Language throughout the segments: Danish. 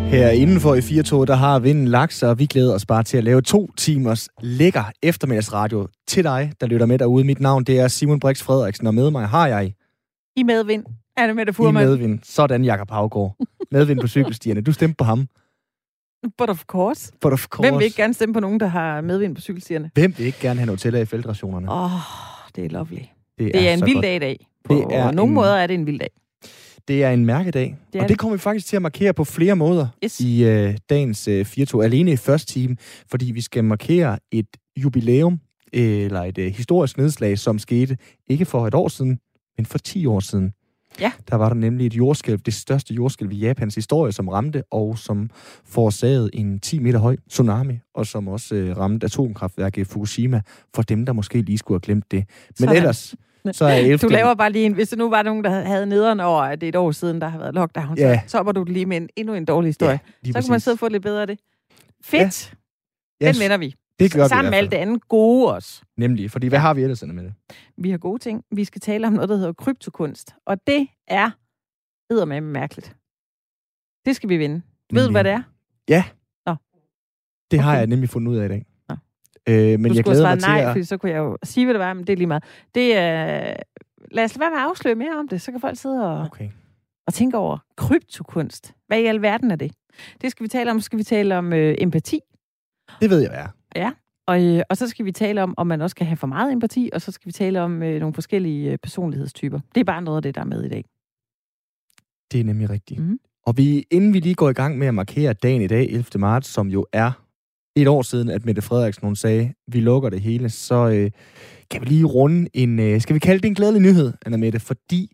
Her indenfor i 4-toget, der har vinden lagt sig, og vi glæder os bare til at lave 2 timers lækker eftermiddagsradio til dig, der lytter med derude. Mit navn, det er Simon Brix Frederiksen, og med mig har jeg... I medvind. Anne Mette Furman. I medvind. Sådan, Jakob Haugaard. Medvind på cykelstierne. Du stemte på ham. But of course. But of course. Hvem vil ikke gerne stemme på nogen, der har medvind på cykelstierne? Hvem vil ikke gerne have Nutella i feltrationerne? Det er lovely. Det er en vild dag i dag. På nogle måder er det en vild dag. Det er en mærkedag, og det kommer vi faktisk til at markere på flere måder i dagens 4-tog. Alene i første time, fordi vi skal markere et jubilæum, eller et historisk nedslag, som skete ikke for et år siden, men for 10 år siden. Ja. Der var der nemlig et jordskælv, det største jordskælv i Japans historie, som ramte, og som forårsagede en 10 meter høj tsunami, og som også ramte atomkraftværket Fukushima, for dem, der måske lige skulle have glemt det. Men ellers... Så er du laver bare lige hvis der nu var nogen, der havde nederen over, at det er et år siden, der har været lockdown, så var du lige med endnu en dårlig historie. Ja, så kan man sidde og få lidt bedre af det. Fedt! Ja. Den vender vi. Det gør sammen vi med alt det andet gode også. Nemlig, fordi hvad har vi ellers med det? Vi har gode ting. Vi skal tale om noget, der hedder kryptokunst. Og det er eddermame mærkeligt. Det skal vi vinde. Ved du, hvad det er? Ja. Nå. Det har jeg nemlig fundet ud af i dag. Men du jeg glæder mig nej, til at... fordi så kunne jeg jo sige, hvad det var, men det er lige meget. Det er... Lad os lade være med at afsløre mere om det, så kan folk sidde og tænke over kryptokunst. Hvad i alverden er det? Det skal vi tale om. Så skal vi tale om empati. Det ved jeg, hvad er. Ja, og så skal vi tale om man også kan have for meget empati, og så skal vi tale om nogle forskellige personlighedstyper. Det er bare noget af det, der er med i dag. Det er nemlig rigtigt. Mm-hmm. Og inden vi lige går i gang med at markere dagen i dag, 11. marts, som jo er et år siden, at Mette Frederiksen, hun sagde, vi lukker det hele, så kan vi lige runde en, skal vi kalde det en glædelig nyhed, Anna Mette, fordi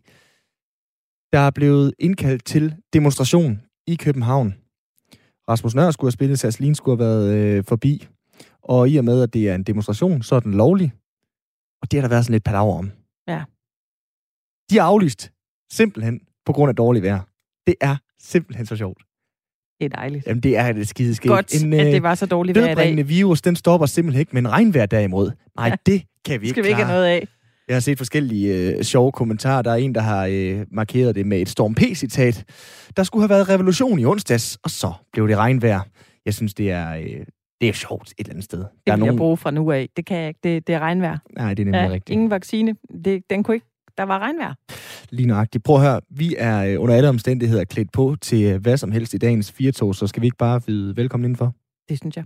der er blevet indkaldt til demonstration i København. Rasmus Nøhr skulle have spillet, Sasselin skulle have været forbi, og i og med, at det er en demonstration, så er den lovlig, og det har der været sådan lidt palaver om. Ja. De er aflyst, simpelthen, på grund af dårligt vejr. Det er simpelthen så sjovt. Det er dejligt. Jamen, det er det skideskægt. Godt, at det var så dårligt vejr i dag. Dødbringende virus, den stopper simpelthen ikke, men regnvejr derimod. Nej, det kan vi ikke klare. Skal vi ikke have noget af? Jeg har set forskellige sjove kommentarer. Der er en, der har markeret det med et Storm P-citat. Der skulle have været revolution i onsdags, og så blev det regnvejr. Jeg synes, det er sjovt et eller andet sted. Det vil jeg bruge fra nu af. Det kan jeg ikke. Det er regnvejr. Nej, det er nemlig rigtigt. Ingen vaccine. Den kunne ikke. Der var regnvejr. Lige nøjagtigt. Prøv at høre, vi er under alle omstændigheder klædt på til hvad som helst i dagens 4-tog, så skal vi ikke bare byde velkommen indenfor? Det synes jeg.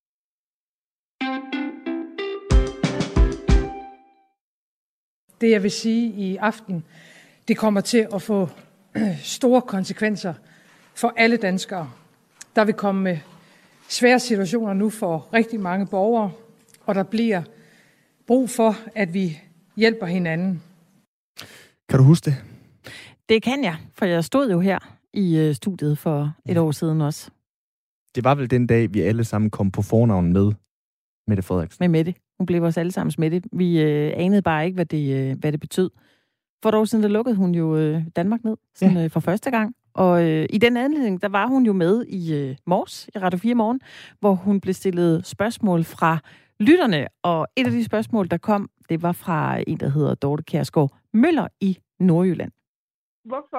Det, jeg vil sige i aften, det kommer til at få store konsekvenser for alle danskere. Der vil komme svære situationer nu for rigtig mange borgere, og der bliver brug for, at vi hjælper hinanden. Kan du huske det? Det kan jeg, for jeg stod jo her i studiet for et år siden også. Det var vel den dag, vi alle sammen kom på fornavn med Mette Frederiksen. Med Mette. Hun blev vores allesammens Mette. Vi anede bare ikke, hvad det betød. For et år siden, der lukkede hun jo Danmark ned for første gang. Og i den anledning, der var hun jo med i morges, i Radio 4 Morgen, hvor hun blev stillet spørgsmål fra lytterne. Og et af de spørgsmål, der kom, det var fra en, der hedder Dorte Kjærsgaard Møller i Nordjylland. Hvorfor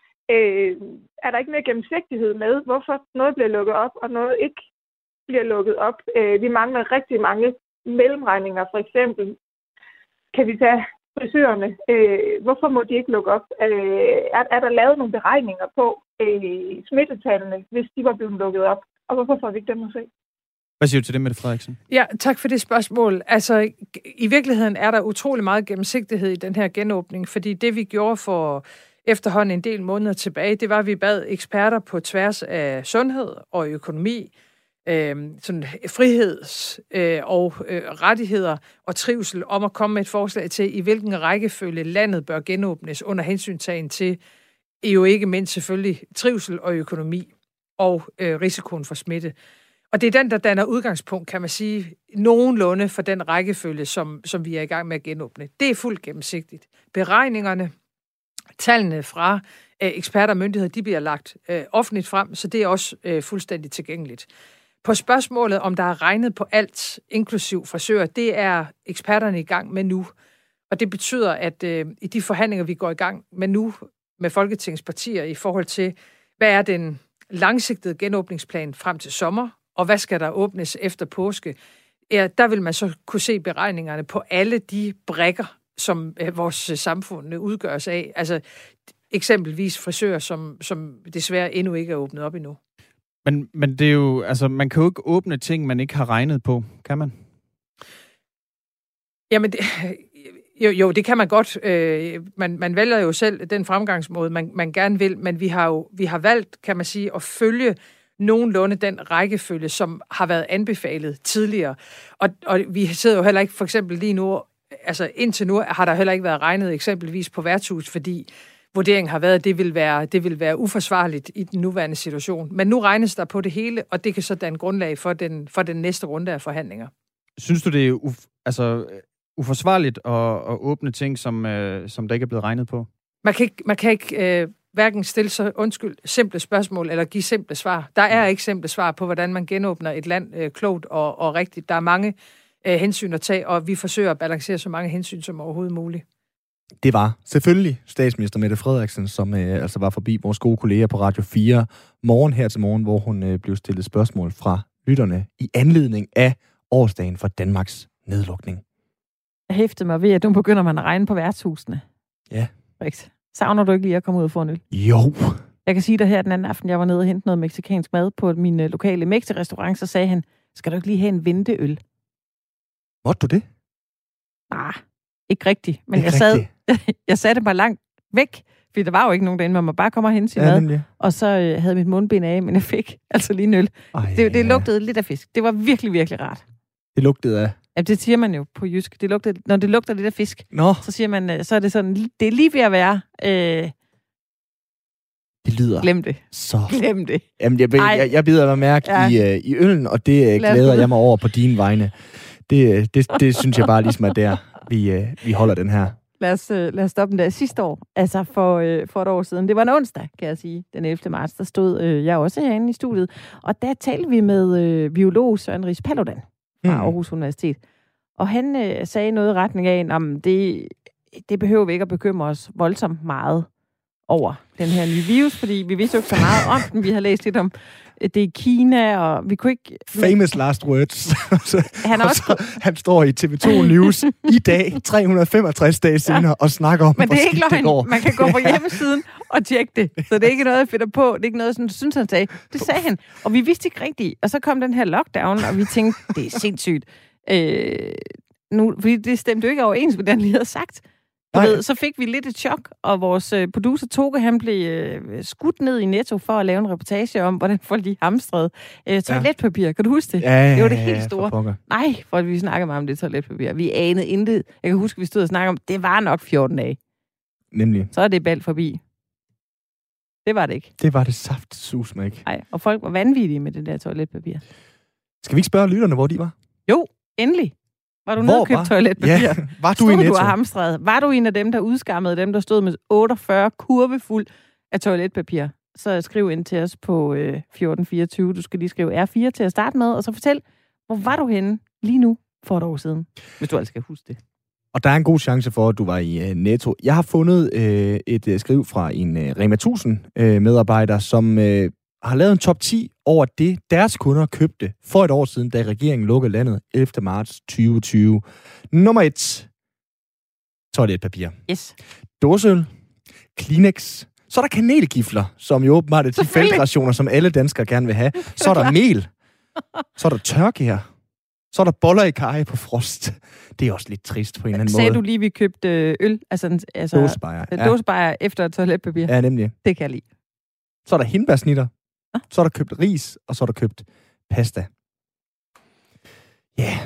er der ikke mere gennemsigtighed med, hvorfor noget bliver lukket op, og noget ikke bliver lukket op? Vi mangler rigtig mange mellemregninger, for eksempel. Kan vi tage frisørerne? Hvorfor må de ikke lukke op? Er der lavet nogle beregninger på smittetallene, hvis de var blevet lukket op? Og hvorfor får vi ikke dem at se? Hvad siger du til det, Mette Frederiksen? Ja, tak for det spørgsmål. Altså, i virkeligheden er der utrolig meget gennemsigtighed i den her genåbning, fordi det, vi gjorde for efterhånden en del måneder tilbage, det var, at vi bad eksperter på tværs af sundhed og økonomi, sådan friheds- og rettigheder og trivsel om at komme med et forslag til, i hvilken rækkefølge landet bør genåbnes under hensyntagen til jo ikke mindst selvfølgelig trivsel og økonomi og risikoen for smitte. Og det er den, der danner udgangspunkt, kan man sige, nogenlunde for den rækkefølge, som vi er i gang med at genåbne. Det er fuldt gennemsigtigt. Beregningerne, tallene fra eksperter og myndigheder, de bliver lagt offentligt frem, så det er også fuldstændig tilgængeligt. På spørgsmålet, om der er regnet på alt, inklusiv frisører, det er eksperterne i gang med nu. Og det betyder, at i de forhandlinger, vi går i gang med nu, med Folketingets partier i forhold til, hvad er den langsigtet genåbningsplan frem til sommer, og hvad skal der åbnes efter påske? Ja, der vil man så kunne se beregningerne på alle de brikker, som vores samfund udgøres af. Altså eksempelvis frisører, som desværre endnu ikke er åbnet op endnu. Men det er jo, altså man kan jo ikke åbne ting, man ikke har regnet på, kan man? Jamen, jo, det kan man godt. Man vælger jo selv den fremgangsmåde, man gerne vil, men vi har valgt, kan man sige, at følge nogenlunde den rækkefølge, som har været anbefalet tidligere. Og vi sidder jo heller ikke, for eksempel lige nu, altså indtil nu har der heller ikke været regnet eksempelvis på værtshus, fordi vurderingen har været, at det vil være uforsvarligt i den nuværende situation. Men nu regnes der på det hele, og det kan så danne grundlag for den næste runde af forhandlinger. Synes du, det er uforsvarligt at åbne ting, som der ikke er blevet regnet på? Man kan ikke hverken stille så simple spørgsmål eller give simple svar. Der er ikke simple svar på, hvordan man genåbner et land klogt og rigtigt. Der er mange hensyn at tage, og vi forsøger at balancere så mange hensyn som overhovedet muligt. Det var selvfølgelig statsminister Mette Frederiksen, som altså var forbi vores gode kolleger på Radio 4 morgen her til morgen, hvor hun blev stillet spørgsmål fra lytterne i anledning af årsdagen for Danmarks nedlukning. Jeg hæftede mig ved, at nu begynder man at regne på værtshusene. Ja. Rigtigt. Savner du ikke lige at komme ud og få en øl? Jo. Jeg kan sige dig her den anden aften, jeg var nede og hente noget mexicansk mad på min lokale Mexi-restaurant, så sagde han, skal du ikke lige have en venteøl? Måtte du det? Nej, ikke rigtigt. Men jeg satte mig langt væk, fordi der var jo ikke nogen derinde, man må bare komme og hente sin mad. Nemlig. Og så havde mit mundbind af, men jeg fik altså lige en øl. Det lugtede lidt af fisk. Det var virkelig, virkelig rart. Det lugtede af? Ja, det siger man jo på jysk. Når det lugter lidt af fisk, så siger man, så er det sådan, det er lige ved at være... det lyder... Glem det. Så... Glem det. Jamen, jeg bider mig mærke i øllen, og det glæder jeg mig over på dine vegne. Det synes jeg bare ligesom er der, vi holder den her. Lad os stoppe den der. Sidste år, altså for et år siden, det var en onsdag, kan jeg sige, den 11. marts, der stod jeg også herinde i studiet, og der talte vi med biolog Søren Riis Paludan fra Aarhus Universitet. Og han sagde noget i retning af, at det behøver vi ikke at bekymre os voldsomt meget over den her nye virus, fordi vi vidste jo ikke så meget om den. Vi har læst lidt om det i Kina, og vi kunne ikke... Famous last words. Han står i TV2 News i dag, 365 dage senere, og snakker om, men det er ikke det går. Man kan gå på hjemmesiden og tjekke det. Så det er ikke noget, jeg finder på. Det er ikke noget, som du synes, han sagde. Det sagde han. Og vi vidste ikke rigtigt. Og så kom den her lockdown, og vi tænkte, det er sindssygt. Fordi det stemte jo ikke overens med det, han lige havde sagt. Så fik vi lidt et chok, og vores producer Toge, han blev skudt ned i Netto for at lave en reportage om, hvordan folk de hamstrede toiletpapir. Kan du huske det? Ja, det var det helt store. For nej, for vi snakkede meget om det toiletpapir. Vi anede intet. Jeg kan huske, vi stod og snakkede om, det var nok 14 dage. Nemlig. Så er det bald forbi. Det var det ikke. Det var det saftsus med ikke. Nej, og folk var vanvittige med det der toiletpapir. Skal vi ikke spørge lytterne, hvor de var? Jo, endelig. Var du nede og købte toiletpapir? Ja, var du i Netto? Du hamstrede? Var du en af dem, der udskammede dem, der stod med 48 kurve fuld af toiletpapir? Så skriv ind til os på 1424. Du skal lige skrive R4 til at starte med, og så fortæl, hvor var du henne lige nu for et år siden? Hvis du altså skal huske det. Og der er en god chance for, at du var i Netto. Jeg har fundet et skriv fra en Rema 1000 medarbejder, som har lavet en top 10 over det, deres kunder købte for et år siden, da regeringen lukkede landet 11. marts 2020. Nummer 1. Toiletpapir. Yes. Dåseøl. Kleenex. Så er der kanelgifler, som jo åbenbart er de feltrationer, som alle danskere gerne vil have. Så er der mel. Så er der tørkær. Så er der boller i karry på frost. Det er også lidt trist på en eller anden måde. Sagde du lige, vi købte øl? Altså dåsebajer. Dåsebajer efter toiletpapir? Ja, nemlig. Det kan jeg lide. Så er der hindbærsnitter. Så er der købt ris, og så er der købt pasta. Ja. Yeah.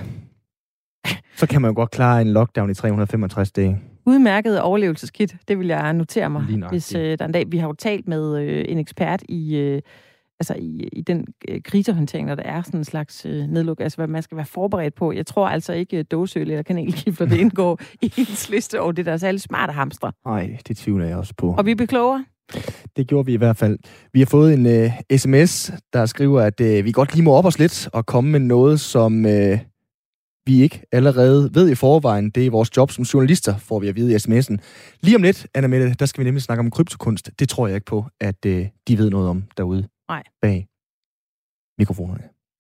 Så kan man jo godt klare en lockdown i 365 dage. Udmærket overlevelseskit, det vil jeg notere mig. Hvis der en dag, vi har jo talt med en ekspert i den krisehåndtering, når der er sådan en slags nedluk, altså hvad man skal være forberedt på. Jeg tror altså ikke dåseøl eller kanelgifler, det indgår i ens liste over det, der er særlig smarte hamstre. Nej, det tvivler jeg også på. Og vi bliver klogere. Det gjorde vi i hvert fald. Vi har fået en sms, der skriver, at vi godt lige må op os lidt og komme med noget, som vi ikke allerede ved i forvejen. Det er vores job som journalister, får vi at vide i sms'en. Lige om lidt, Anna Mette, der skal vi nemlig snakke om kryptokunst. Det tror jeg ikke på, at de ved noget om derude bag mikrofonerne.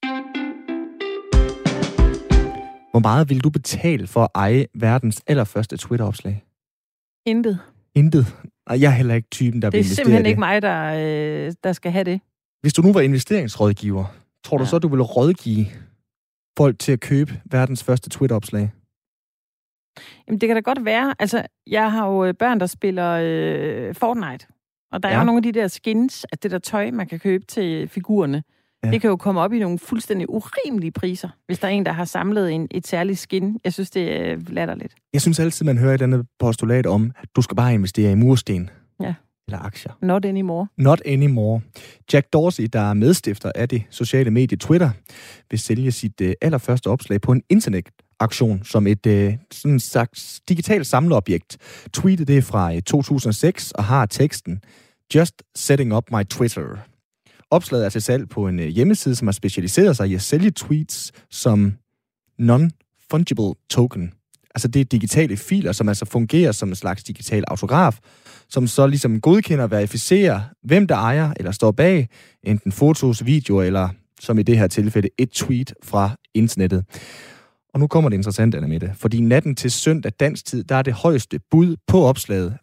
Hvor meget vil du betale for at eje verdens allerførste Twitter-opslag? Intet. Intet? Og jeg er heller ikke typen, der vil investere i det. Det er simpelthen ikke mig, der skal have det. Hvis du nu var investeringsrådgiver, tror du så, du ville rådgive folk til at købe verdens første Twitter-opslag? Jamen, det kan da godt være. Altså, jeg har jo børn, der spiller Fortnite. Og der er jo nogle af de der skins, at det der tøj, man kan købe til figurerne, det kan jo komme op i nogle fuldstændig urimelige priser, hvis der er en, der har samlet et særligt skin. Jeg synes, det er latterligt. Jeg synes altid, man hører et andet postulat om, at du skal bare investere i mursten. Ja. Eller aktier. Not anymore. Not anymore. Jack Dorsey, der er medstifter af det sociale medie Twitter, vil sælge sit allerførste opslag på en internetaktion som et sådan slags digitalt samleobjekt. Tweetet det er fra 2006 og har teksten Just setting up my Twitter. Opslaget er til salg på en hjemmeside, som har specialiseret sig i at sælge tweets som non-fungible token. Altså det er digitale filer, som altså fungerer som en slags digital autograf, som så ligesom godkender og verificerer, hvem der ejer eller står bag enten fotos, videoer eller, som i det her tilfælde, et tweet fra internettet. Og nu kommer det interessante, Anna Mette, fordi natten til søndag dansk tid, der er det højeste bud på opslaget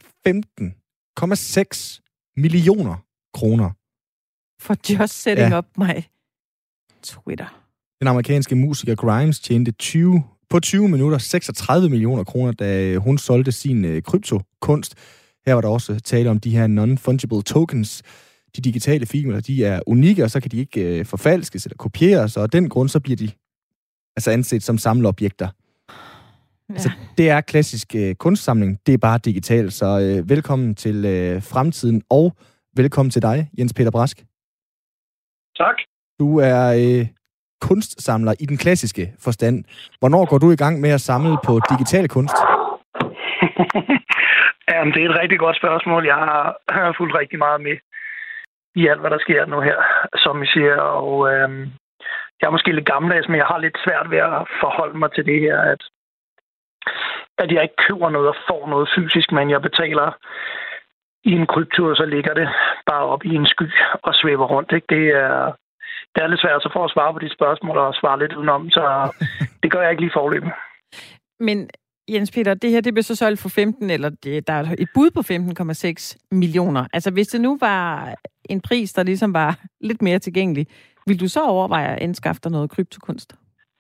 15,6 millioner kroner. For just setting up my Twitter. Den amerikanske musiker Grimes tjente 20 minutter 36 millioner kroner, da hun solgte sin kryptokunst. Her var der også tale om de her non-fungible tokens. De digitale filer, de er unikke, og så kan de ikke forfalskes eller kopieres, og af den grund så bliver de altså anset som samleobjekter. Ja. Altså, det er klassisk kunstsamling, det er bare digitalt, så velkommen til fremtiden, og velkommen til dig, Jens Peter Brask. Tak. Du er kunstsamler i den klassiske forstand. Hvornår går du i gang med at samle på digital kunst? Jamen, det er et rigtig godt spørgsmål. Jeg har fulgt rigtig meget med i alt, hvad der sker nu her, som I siger. Og jeg er måske lidt gammeldags, men jeg har lidt svært ved at forholde mig til det her, at jeg ikke køber noget og får noget fysisk, men jeg betaler i en krypto, så ligger det bare op i en sky og svæver rundt. Ikke? Det er lidt svært, så for at svare på de spørgsmål og svare lidt udenom, så det gør jeg ikke lige forløbet. Men Jens Peter, det her det bliver så solgt for 15, eller der er et bud på 15,6 millioner. Altså hvis det nu var en pris, der ligesom var lidt mere tilgængelig, vil du så overveje at anskaffe dig noget kryptokunst?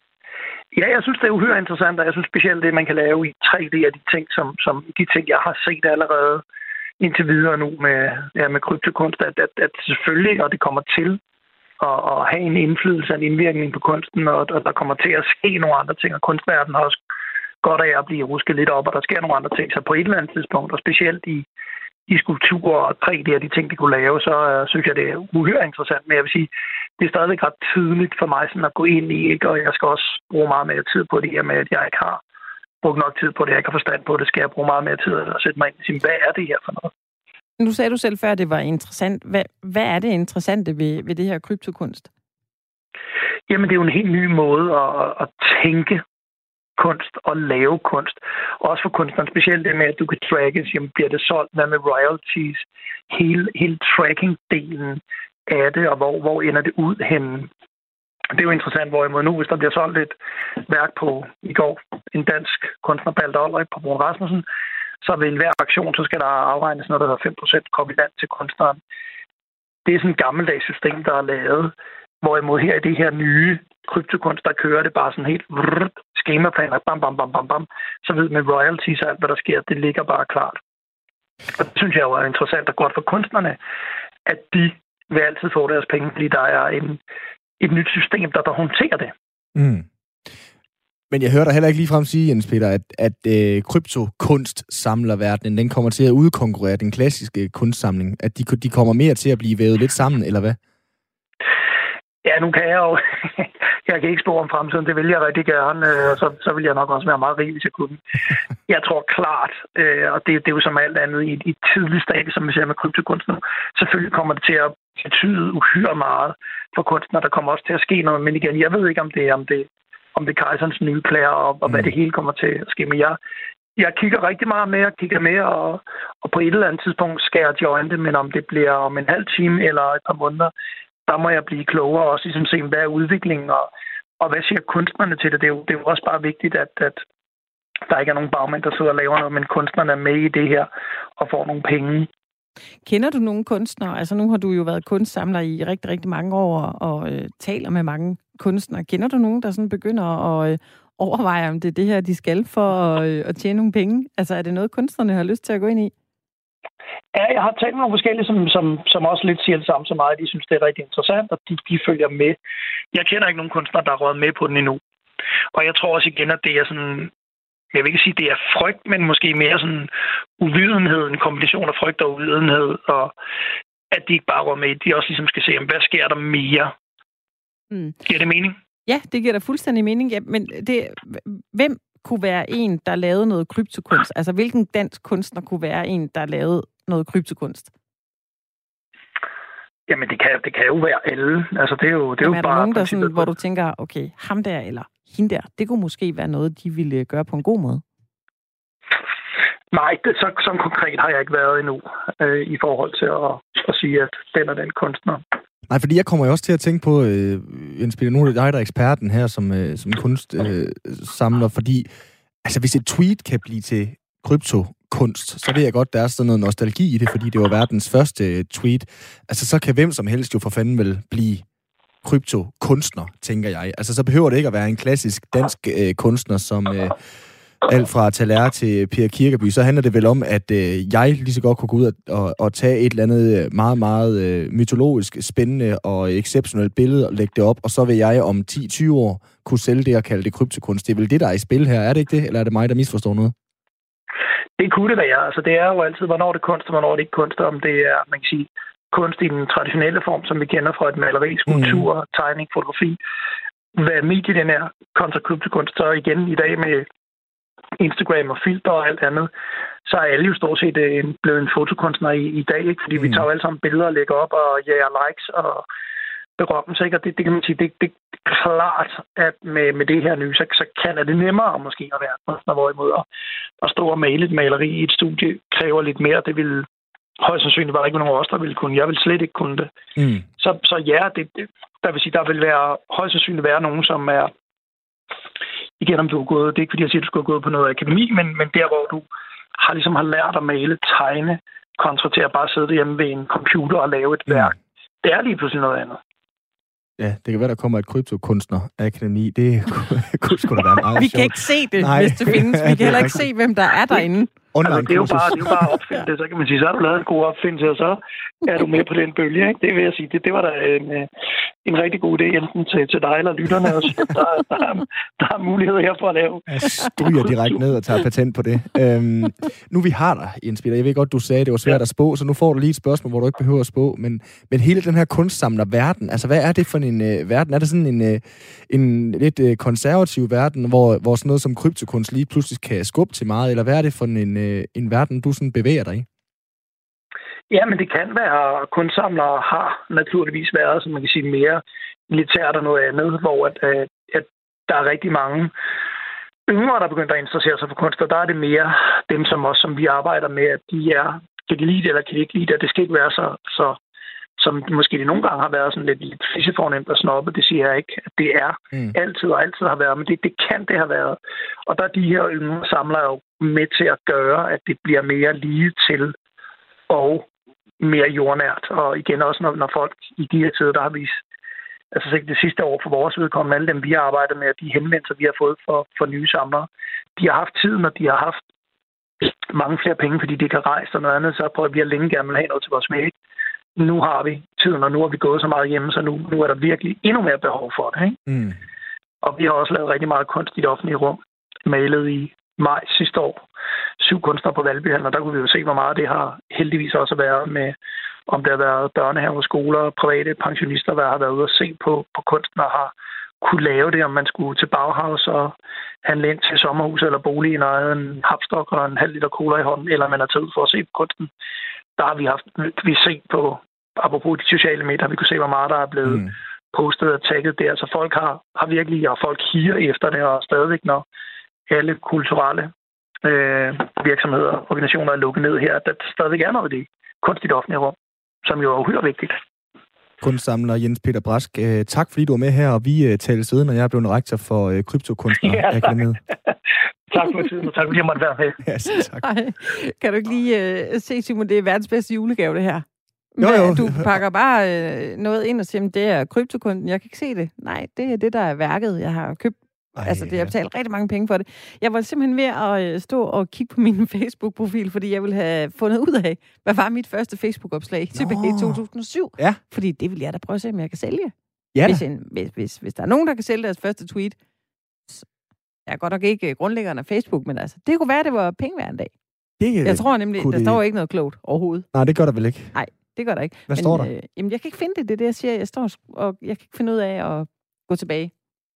Ja, jeg synes, det er uhyre interessant, og jeg synes specielt det, man kan lave i 3D af de ting, som de ting, jeg har set allerede indtil videre nu med kryptokunst, at selvfølgelig, og det kommer til at have en indflydelse, en indvirkning på kunsten, og der kommer til at ske nogle andre ting, og kunstverdenen har også godt af at blive rusket lidt op, og der sker nogle andre ting. Så på et eller andet tidspunkt, og specielt i skulpturer og 3D og de ting, de kunne lave, så synes jeg, det er uhyre interessant. Men jeg vil sige, det er stadigvæk ret tidligt for mig sådan at gå ind i, ikke? Og jeg skal også bruge meget mere tid på det her med, at jeg ikke har brugt nok tid på det, jeg ikke har forstand på det, skal jeg bruge meget mere tid og sætte mig ind og sige, hvad er det her for noget? Nu sagde du selv før, at det var interessant. Hvad er det interessante ved det her kryptokunst? Jamen, det er jo en helt ny måde at tænke kunst og lave kunst. Også for kunstneren, specielt det med, at du kan tracke, jamen bliver det solgt, hvad med royalties, hele tracking-delen af det, og hvor ender det ud henne. Det er jo interessant, hvorimod nu, hvis der bliver solgt et værk på i går, en dansk kunstner, Balder Olrik på Brun Rasmussen, så ved enhver aktion, så skal der afregnes noget, der hedder 5% kombilant til kunstneren. Det er sådan et gammeldags system, der er lavet, hvorimod her i det her nye kryptokunst, der kører det bare sådan helt skemaplaner, bam, bam, bam, bam, bam. Så ved med royalties og alt, hvad der sker, det ligger bare klart. Og det synes jeg jo er interessant og godt for kunstnerne, at de vil altid få deres penge, fordi der er et nyt system, der håndterer det. Mm. Men jeg hører dig heller ikke ligefrem sige, Jens Peter, at kryptokunstsamlerverdenen, den kommer til at udkonkurrere den klassiske kunstsamling. At de kommer mere til at blive vævet lidt sammen, eller hvad? Ja, nu kan jeg jo... jeg kan ikke spore om fremtiden, det vil jeg rigtig gerne, og så vil jeg nok også være meget rig, hvis jeg kunne. Jeg tror klart, og det er jo som alt andet i et tidligt stadie, som vi ser med kryptokunst nu, selvfølgelig kommer det til at betyde uhyre meget for kunstnere. Der kommer også til at ske noget, men igen, jeg ved ikke, om det er Kejserens nye klæder, og hvad det hele kommer til at ske. Men jeg kigger rigtig meget med, og på et eller andet tidspunkt skærer de øjnene, men om det bliver om en halv time eller et par måneder, der må jeg blive klogere og også ligesom se, hvad er udviklingen, og hvad siger kunstnerne til det? Det er jo også bare vigtigt, at der ikke er nogen bagmænd, der sidder og laver noget, men kunstnerne er med i det her og får nogle penge. Kender du nogle kunstnere? Altså nu har du jo været kunstsamler i rigtig, rigtig mange år og taler med mange kunstnere. Kender du nogen, der sådan begynder at overveje, om det er det her, de skal for at tjene nogle penge? Altså er det noget, kunstnerne har lyst til at gå ind i? Ja, jeg har talt med nogle forskellige, som også lidt siger det samme som mig. De synes, det er rigtig interessant, og de følger med. Jeg kender ikke nogen kunstnere, der har røget med på den endnu. Og jeg tror også igen, at det er sådan... Jeg vil ikke sige, at det er frygt, men måske mere sådan uvidenhed, en kombination af frygt og uvidenhed, og at de ikke bare rører med, de også ligesom skal se, hvad sker der mere? Giver det mening? Ja, det giver da fuldstændig mening. Ja, men hvem kunne være en, der lavede noget kryptokunst? Altså, hvilken dansk kunstner kunne være en, der lavede noget kryptokunst? Jamen, det kan jo være alle. Altså, det er jo der bare... nogen, der sådan, hvor du tænker, okay, ham der eller hende der, det kunne måske være noget, de ville gøre på en god måde? Nej, så konkret har jeg ikke været endnu i forhold til at sige, at den er den kunstner. Nej, fordi jeg kommer jo også til at tænke på, Jens Peter, nu er det dig, der er eksperten her som kunstsamler, fordi altså, hvis et tweet kan blive til kryptokunst, så ved jeg godt, der er sådan noget nostalgi i det, fordi det var verdens første tweet. Altså, så kan hvem som helst jo for fanden vel blive kryptokunstner, tænker jeg. Altså, så behøver det ikke at være en klassisk dansk kunstner, som alt fra Talær til Per Kirkeby. Så handler det vel om, at jeg lige så godt kunne gå ud og tage et eller andet meget, meget mytologisk, spændende og exceptionelt billede og lægge det op, og så vil jeg om 10-20 år kunne sælge det og kalde det kryptokunst. Det er vel det, der er i spil her, er det ikke det? Eller er det mig, der misforstår noget? Det kunne det være. Altså, det er jo altid, hvornår det er kunst, og hvornår det ikke er kunst. Om det er, man kan sige, kunst i den traditionelle form, som vi kender fra et maleri, skulptur, tegning, fotografi. Hvad medie den er kontra kryptokunst, så igen i dag med Instagram og filter og alt andet, så er alle jo stort set blevet en fotokunstner i dag, ikke? Fordi vi tager jo alle sammen billeder og lægger op og jager likes og berømmelse, ikke? Og det kan man sige, det er klart, at med det her nye, så kan det nemmere måske at være kunstner, hvorimod at stå og male et maleri i et studie kræver lidt mere. Det vil højst sandsynligt var der ikke nogen af os, der ville kunne. Jeg vil slet ikke kunne det. Så ja, der vil sige, der vil være højst sandsynligt være nogen, som er igen, om du har gået, det er ikke fordi, jeg siger, at du skulle have gået på noget akademi, men der, hvor du har lært at male, tegne, kontra til at bare sidde derhjemme ved en computer og lave et værk. Det er lige pludselig noget andet. Ja, det kan være, der kommer et kryptokunstnerakademi. Det kunne sgu da være meget sjovt. Vi kan ikke se det, hvis det findes. Vi kan heller ikke se, hvem der er derinde. Altså, det er jo bare at opfinde det, så kan man sige, så har du lavet en god opfindelse, og så er du med på den bølge, ikke? Det vil jeg sige, det var da en rigtig god idé, enten til dig eller lytterne, og der er muligheder her for at lave. Jeg stryger direkte ned og tager patent på det. Nu vi har dig, Jens Peter, jeg ved godt, du sagde, det var svært at spå, så nu får du lige et spørgsmål, hvor du ikke behøver at spå, men hele den her kunstsamlerverden, altså hvad er det for en verden? Er det sådan en lidt konservativ verden, hvor sådan noget som kryptokunst lige pludselig kan skubbe til meget, eller hvad er det for en verden, du sådan bevæger dig i? Ja, men det kan være, kunstsamlere har naturligvis været, som man kan sige, mere militært og noget andet, hvor at der er rigtig mange yngre, der begynder at interessere sig for kunst, og der er det mere dem, som vi arbejder med, at kan de lide det, eller kan de ikke lide det, det skal ikke være så som måske det nogle gange har været sådan lidt fissefornemt og snobbet, det siger jeg ikke, at det er altid og altid har været, men det kan det have været. Og der er de her yngre samlere jo med til at gøre, at det bliver mere lige til og mere jordnært. Og igen også, når folk i de her tider, der har vist, altså det sidste år for vores vedkommende, alle dem vi har arbejdet med, de henvendelser, vi har fået for nye samlere, de har haft tiden, og de har haft mange flere penge, fordi de kan rejse og noget andet, så prøver vi at længe gerne vil have noget til vores smæk. Nu har vi tiden, og nu har vi gået så meget hjemme, så nu er der virkelig endnu mere behov for det. Ikke? Og vi har også lavet rigtig meget kunst i det offentlige rum. Malet i maj sidste år. 7 kunstnere på Valbyhallen, og der kunne vi jo se, hvor meget det har heldigvis også været med, om det har været børnehaver, skoler, private pensionister, der har været ude at se på kunsten og har kunne lave det, om man skulle til Bauhaus og handle ind til sommerhuset eller boligen og havde en hapstok og en halv liter cola i hånden, eller man har tid for at se på kunsten. Der har vi set på, apropos de sociale medier, vi kunne se, hvor meget der er blevet postet og tagget der. Så folk har virkelig, og folk higer efter det, og stadigvæk, når alle kulturelle virksomheder og organisationer er lukket ned her, der stadigvæk er noget i det kunstigt offentlige rum, som jo er uhyre vigtigt. kunstsamler Jens Peter Brask. Tak fordi du var med her, og vi taler siden, og jeg er blevet rektor for Kryptokunstnerakademiet. Tak for tiden, og tak fordi jeg måtte være med. Ja, tak. Ej, kan du ikke lige se, Simon, det er verdens bedste julegave, det her? Jo. Du pakker bare noget ind og siger, det er kryptokunsten, jeg kan ikke se det. Nej, det er det, der er værket, jeg har købt. Det har betalt rigtig mange penge for det. Jeg var simpelthen ved at stå og kigge på min Facebook-profil, fordi jeg ville have fundet ud af, hvad var mit første Facebook-opslag tilbage i 2007. Ja. Fordi det vil jeg da prøve at se, om jeg kan sælge. Ja, hvis der er nogen, der kan sælge deres første tweet, jeg er godt nok ikke grundlæggeren af Facebook, men altså, det kunne være, det var penge hver en dag. Jeg tror nemlig, der står ikke noget klogt overhovedet. Nej, det gør der vel ikke? Nej, det gør der ikke. Hvad står der? Jamen, jeg kan ikke finde det. Det er det, jeg siger. Jeg står og jeg kan ikke finde ud af at gå tilbage.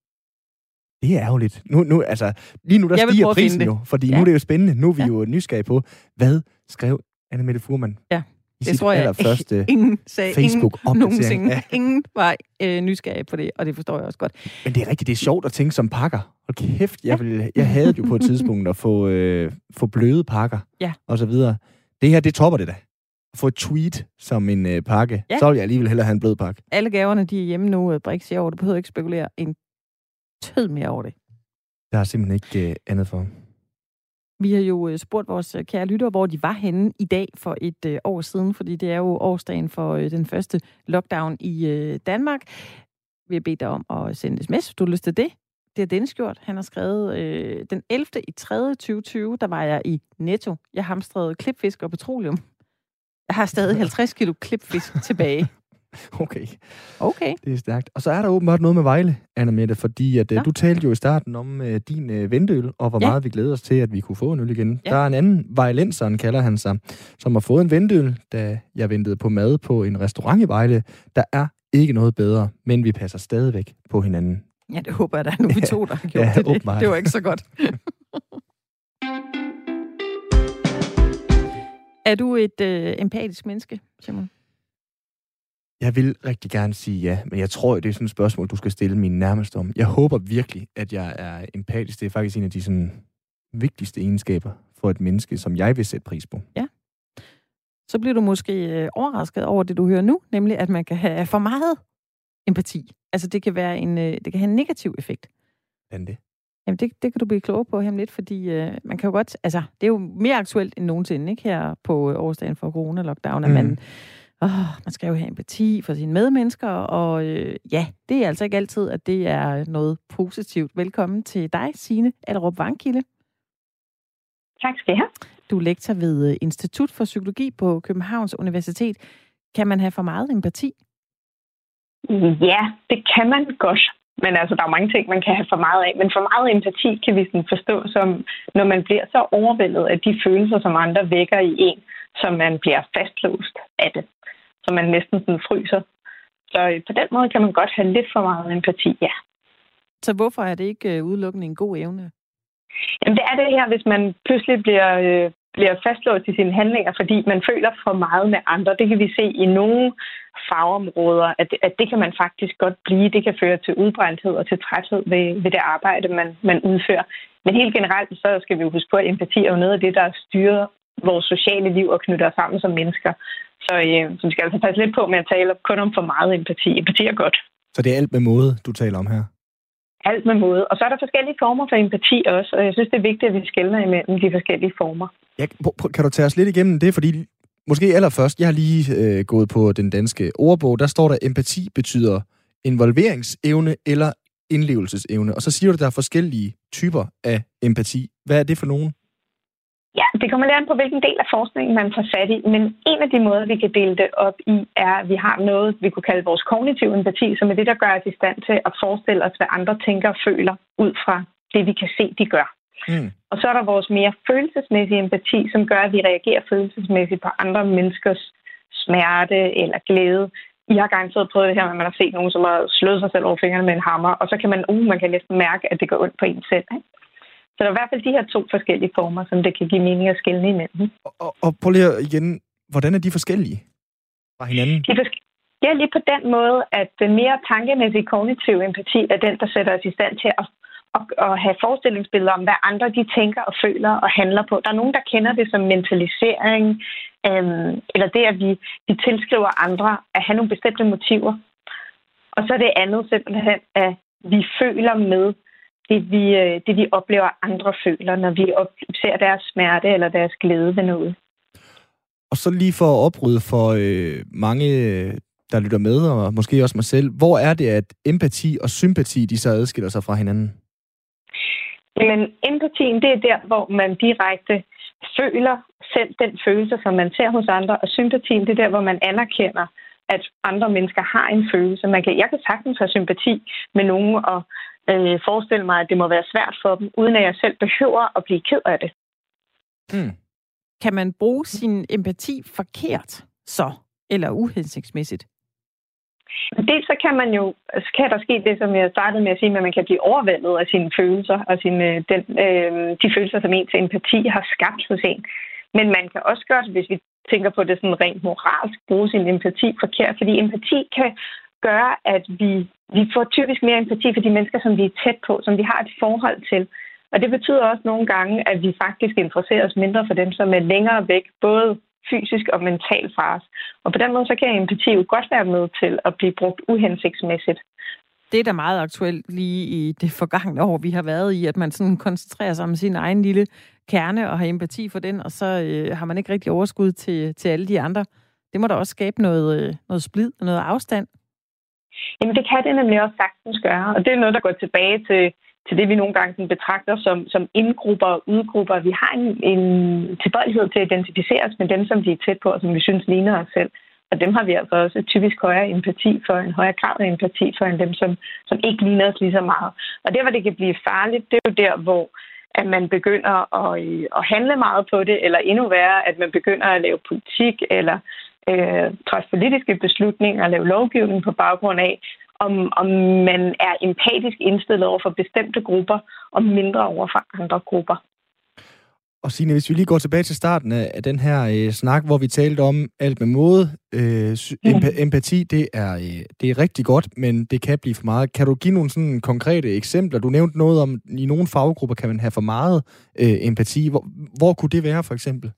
Det er ærgerligt. Nu, altså, lige nu der stiger prisen jo, fordi nu er det jo spændende. Nu er vi jo nysgerrige på, hvad skrev Anne-Mette Fuhrmann i sit allerførste Facebook-opdatering. Ingen var nysgerrige på det, og det forstår jeg også godt. Men det er rigtigt, det er sjovt at tænke som pakker. Hold kæft, jeg havde jo på et tidspunkt at få bløde pakker og så videre. Det her, det topper det da. At få et tweet som en pakke, så vil jeg alligevel hellere have en blød pakke. Alle gaverne, de er hjemme nu, Brix siger over. Du behøver ikke spekulere en tød mere over det. Der er simpelthen ikke andet for. Vi har jo spurgt vores kære lyttere, hvor de var henne i dag for et år siden, fordi det er jo årsdagen for den første lockdown i Danmark. Vi har bedt dig om at sende sms, hvis du har lyst til det. Det har Dennis gjort. Han har skrevet, den 11. i 3. 2020, der var jeg i Netto. Jeg hamstrede klipfisk og petroleum. Jeg har stadig 50 kilo klipfisk tilbage. Okay. Det er stærkt. Og så er der åbenbart noget med Vejle, Anna-Mette, fordi at, du talte jo i starten om din ventøl, og hvor meget vi glæder os til, at vi kunne få en øl igen. Ja. Der er en anden vejlenseren, kalder han sig, som har fået en ventøl, da jeg ventede på mad på en restaurant i Vejle. Der er ikke noget bedre, men vi passer stadigvæk på hinanden. Ja, det håber jeg, der er nu vi to, der har gjort det. Det var ikke så godt. Er du et empatisk menneske, Simon? Jeg vil rigtig gerne sige ja, men jeg tror, det er sådan et spørgsmål, du skal stille min nærmeste om. Jeg håber virkelig, at jeg er empatisk. Det er faktisk en af de sådan, vigtigste egenskaber for et menneske, som jeg vil sætte pris på. Ja. Så bliver du måske overrasket over det, du hører nu, nemlig at man kan have for meget empati. Altså det kan være det kan have en negativ effekt. Hvordan det? Jamen det kan du blive klogere på her lidt, fordi man kan jo godt, altså det er jo mere aktuelt end nogensinde, ikke, her på årsdagen for corona-lockdown, at man skal jo have empati for sine medmennesker, og det er altså ikke altid, at det er noget positivt. Velkommen til dig, Signe Allerup Vangkilde. Tak skal jeg have. Du er lektor ved Institut for Psykologi på Københavns Universitet. Kan man have for meget empati? Ja, det kan man godt. Men altså, der er mange ting, man kan have for meget af. Men for meget empati kan vi sådan forstå som, når man bliver så overvældet af de følelser, som andre vækker i en, så man bliver fastlåst af det. Så man næsten sådan fryser. Så på den måde kan man godt have lidt for meget empati, ja. Så hvorfor er det ikke udelukkende en god evne? Jamen det er det her, hvis man pludselig bliver fastlåst i sine handlinger, fordi man føler for meget med andre. Det kan vi se i nogle fagområder, at det kan man faktisk godt blive. Det kan føre til udbrændthed og til træthed ved det arbejde, man udfører. Men helt generelt, så skal vi jo huske på, at empati er jo noget af det, der styrer vores sociale liv og knytter os sammen som mennesker. Så vi skal altså passe lidt på med at tale kun om for meget empati. Empati er godt. Så det er alt med måde, du taler om her? Alt med måde. Og så er der forskellige former for empati også, og jeg synes, det er vigtigt, at vi skelner imellem de forskellige former. Ja, kan du tage os lidt igennem det? Fordi måske allerførst, jeg har lige gået på den danske ordbog, der står der, empati betyder involveringsevne eller indlevelsesevne. Og så siger du, at der er forskellige typer af empati. Hvad er det for nogen? Ja, det kommer lidt an på, hvilken del af forskningen man får fat i. Men en af de måder, vi kan dele det op i, er, at vi har noget, vi kunne kalde vores kognitive empati, som er det, der gør os i stand til at forestille os, hvad andre tænker og føler, ud fra det, vi kan se, de gør. Og så er der vores mere følelsesmæssige empati, som gør, at vi reagerer følelsesmæssigt på andre menneskers smerte eller glæde. I har garanteret prøvet det her, at man har set nogen, som har slået sig selv over fingrene med en hammer, og så kan man kan næsten mærke, at det går ondt på en selv, ikke? Så der er i hvert fald de her to forskellige former, som det kan give mening at skelne imellem. Og prøv lige igen, hvordan er de forskellige fra hinanden? Ja, lige på den måde, at den mere tankemæssige kognitive empati er den, der sætter os i stand til at have forestillingsbilleder om, hvad andre de tænker og føler og handler på. Der er nogen, der kender det som mentalisering, eller det, at vi tilskriver andre at have nogle bestemte motiver. Og så er det andet simpelthen, at vi føler med det, vi oplever, andre føler, når vi ser deres smerte eller deres glæde ved noget. Og så lige for at oprydde for mange, der lytter med, og måske også mig selv, hvor er det, at empati og sympati, de så adskiller sig fra hinanden? Jamen, empatien, det er der, hvor man direkte føler selv den følelse, som man ser hos andre, og sympatien, det er der, hvor man anerkender, at andre mennesker har en følelse. Jeg kan sagtens have sympati med nogen og forestille mig, at det må være svært for dem, uden at jeg selv behøver at blive ked af det. Kan man bruge sin empati forkert så, eller uhensigtsmæssigt? Dels så kan der ske det, som jeg startede med at sige, at man kan blive overvældet af sine følelser, og de følelser, som ens empati har skabt hos en. Men man kan også godt, hvis vi tænker på det sådan rent moralsk, bruge sin empati forkert, fordi empati kan gøre, at vi får typisk mere empati for de mennesker, som vi er tæt på, som vi har et forhold til. Og det betyder også nogle gange, at vi faktisk interesserer os mindre for dem, som er længere væk, både fysisk og mentalt fra os. Og på den måde, så kan empati jo godt være med til at blive brugt uhensigtsmæssigt. Det er da meget aktuelt lige i det forgangne år, vi har været i, at man sådan koncentrerer sig om sin egen lille kerne og har empati for den, og så har man ikke rigtig overskud til alle de andre. Det må da også skabe noget splid og noget afstand. Jamen, det kan det nemlig også sagtens gøre, og det er noget, der går tilbage til det, vi nogle gange betragter som indgrupper og udgrupper. Vi har en tilbøjelighed til at identificere os med dem, som vi er tæt på, og som vi synes ligner os selv. Og dem har vi altså også typisk højere empati for, en højere grad af empati for, end dem, som ikke ligner os lige så meget. Og der, hvor det kan blive farligt, det er jo der, hvor at man begynder at handle meget på det, eller endnu værre, at man begynder at lave politik, eller træffe politiske beslutninger, og lave lovgivning på baggrund af, om man er empatisk indstillet over for bestemte grupper, og mindre over for andre grupper. Og Signe, hvis vi lige går tilbage til starten af den her snak, hvor vi talte om alt med måde. Empati, det er rigtig godt, men det kan blive for meget. Kan du give nogle sådan konkrete eksempler? Du nævnte noget om, i nogle faggrupper kan man have for meget empati. Hvor kunne det være, for eksempel?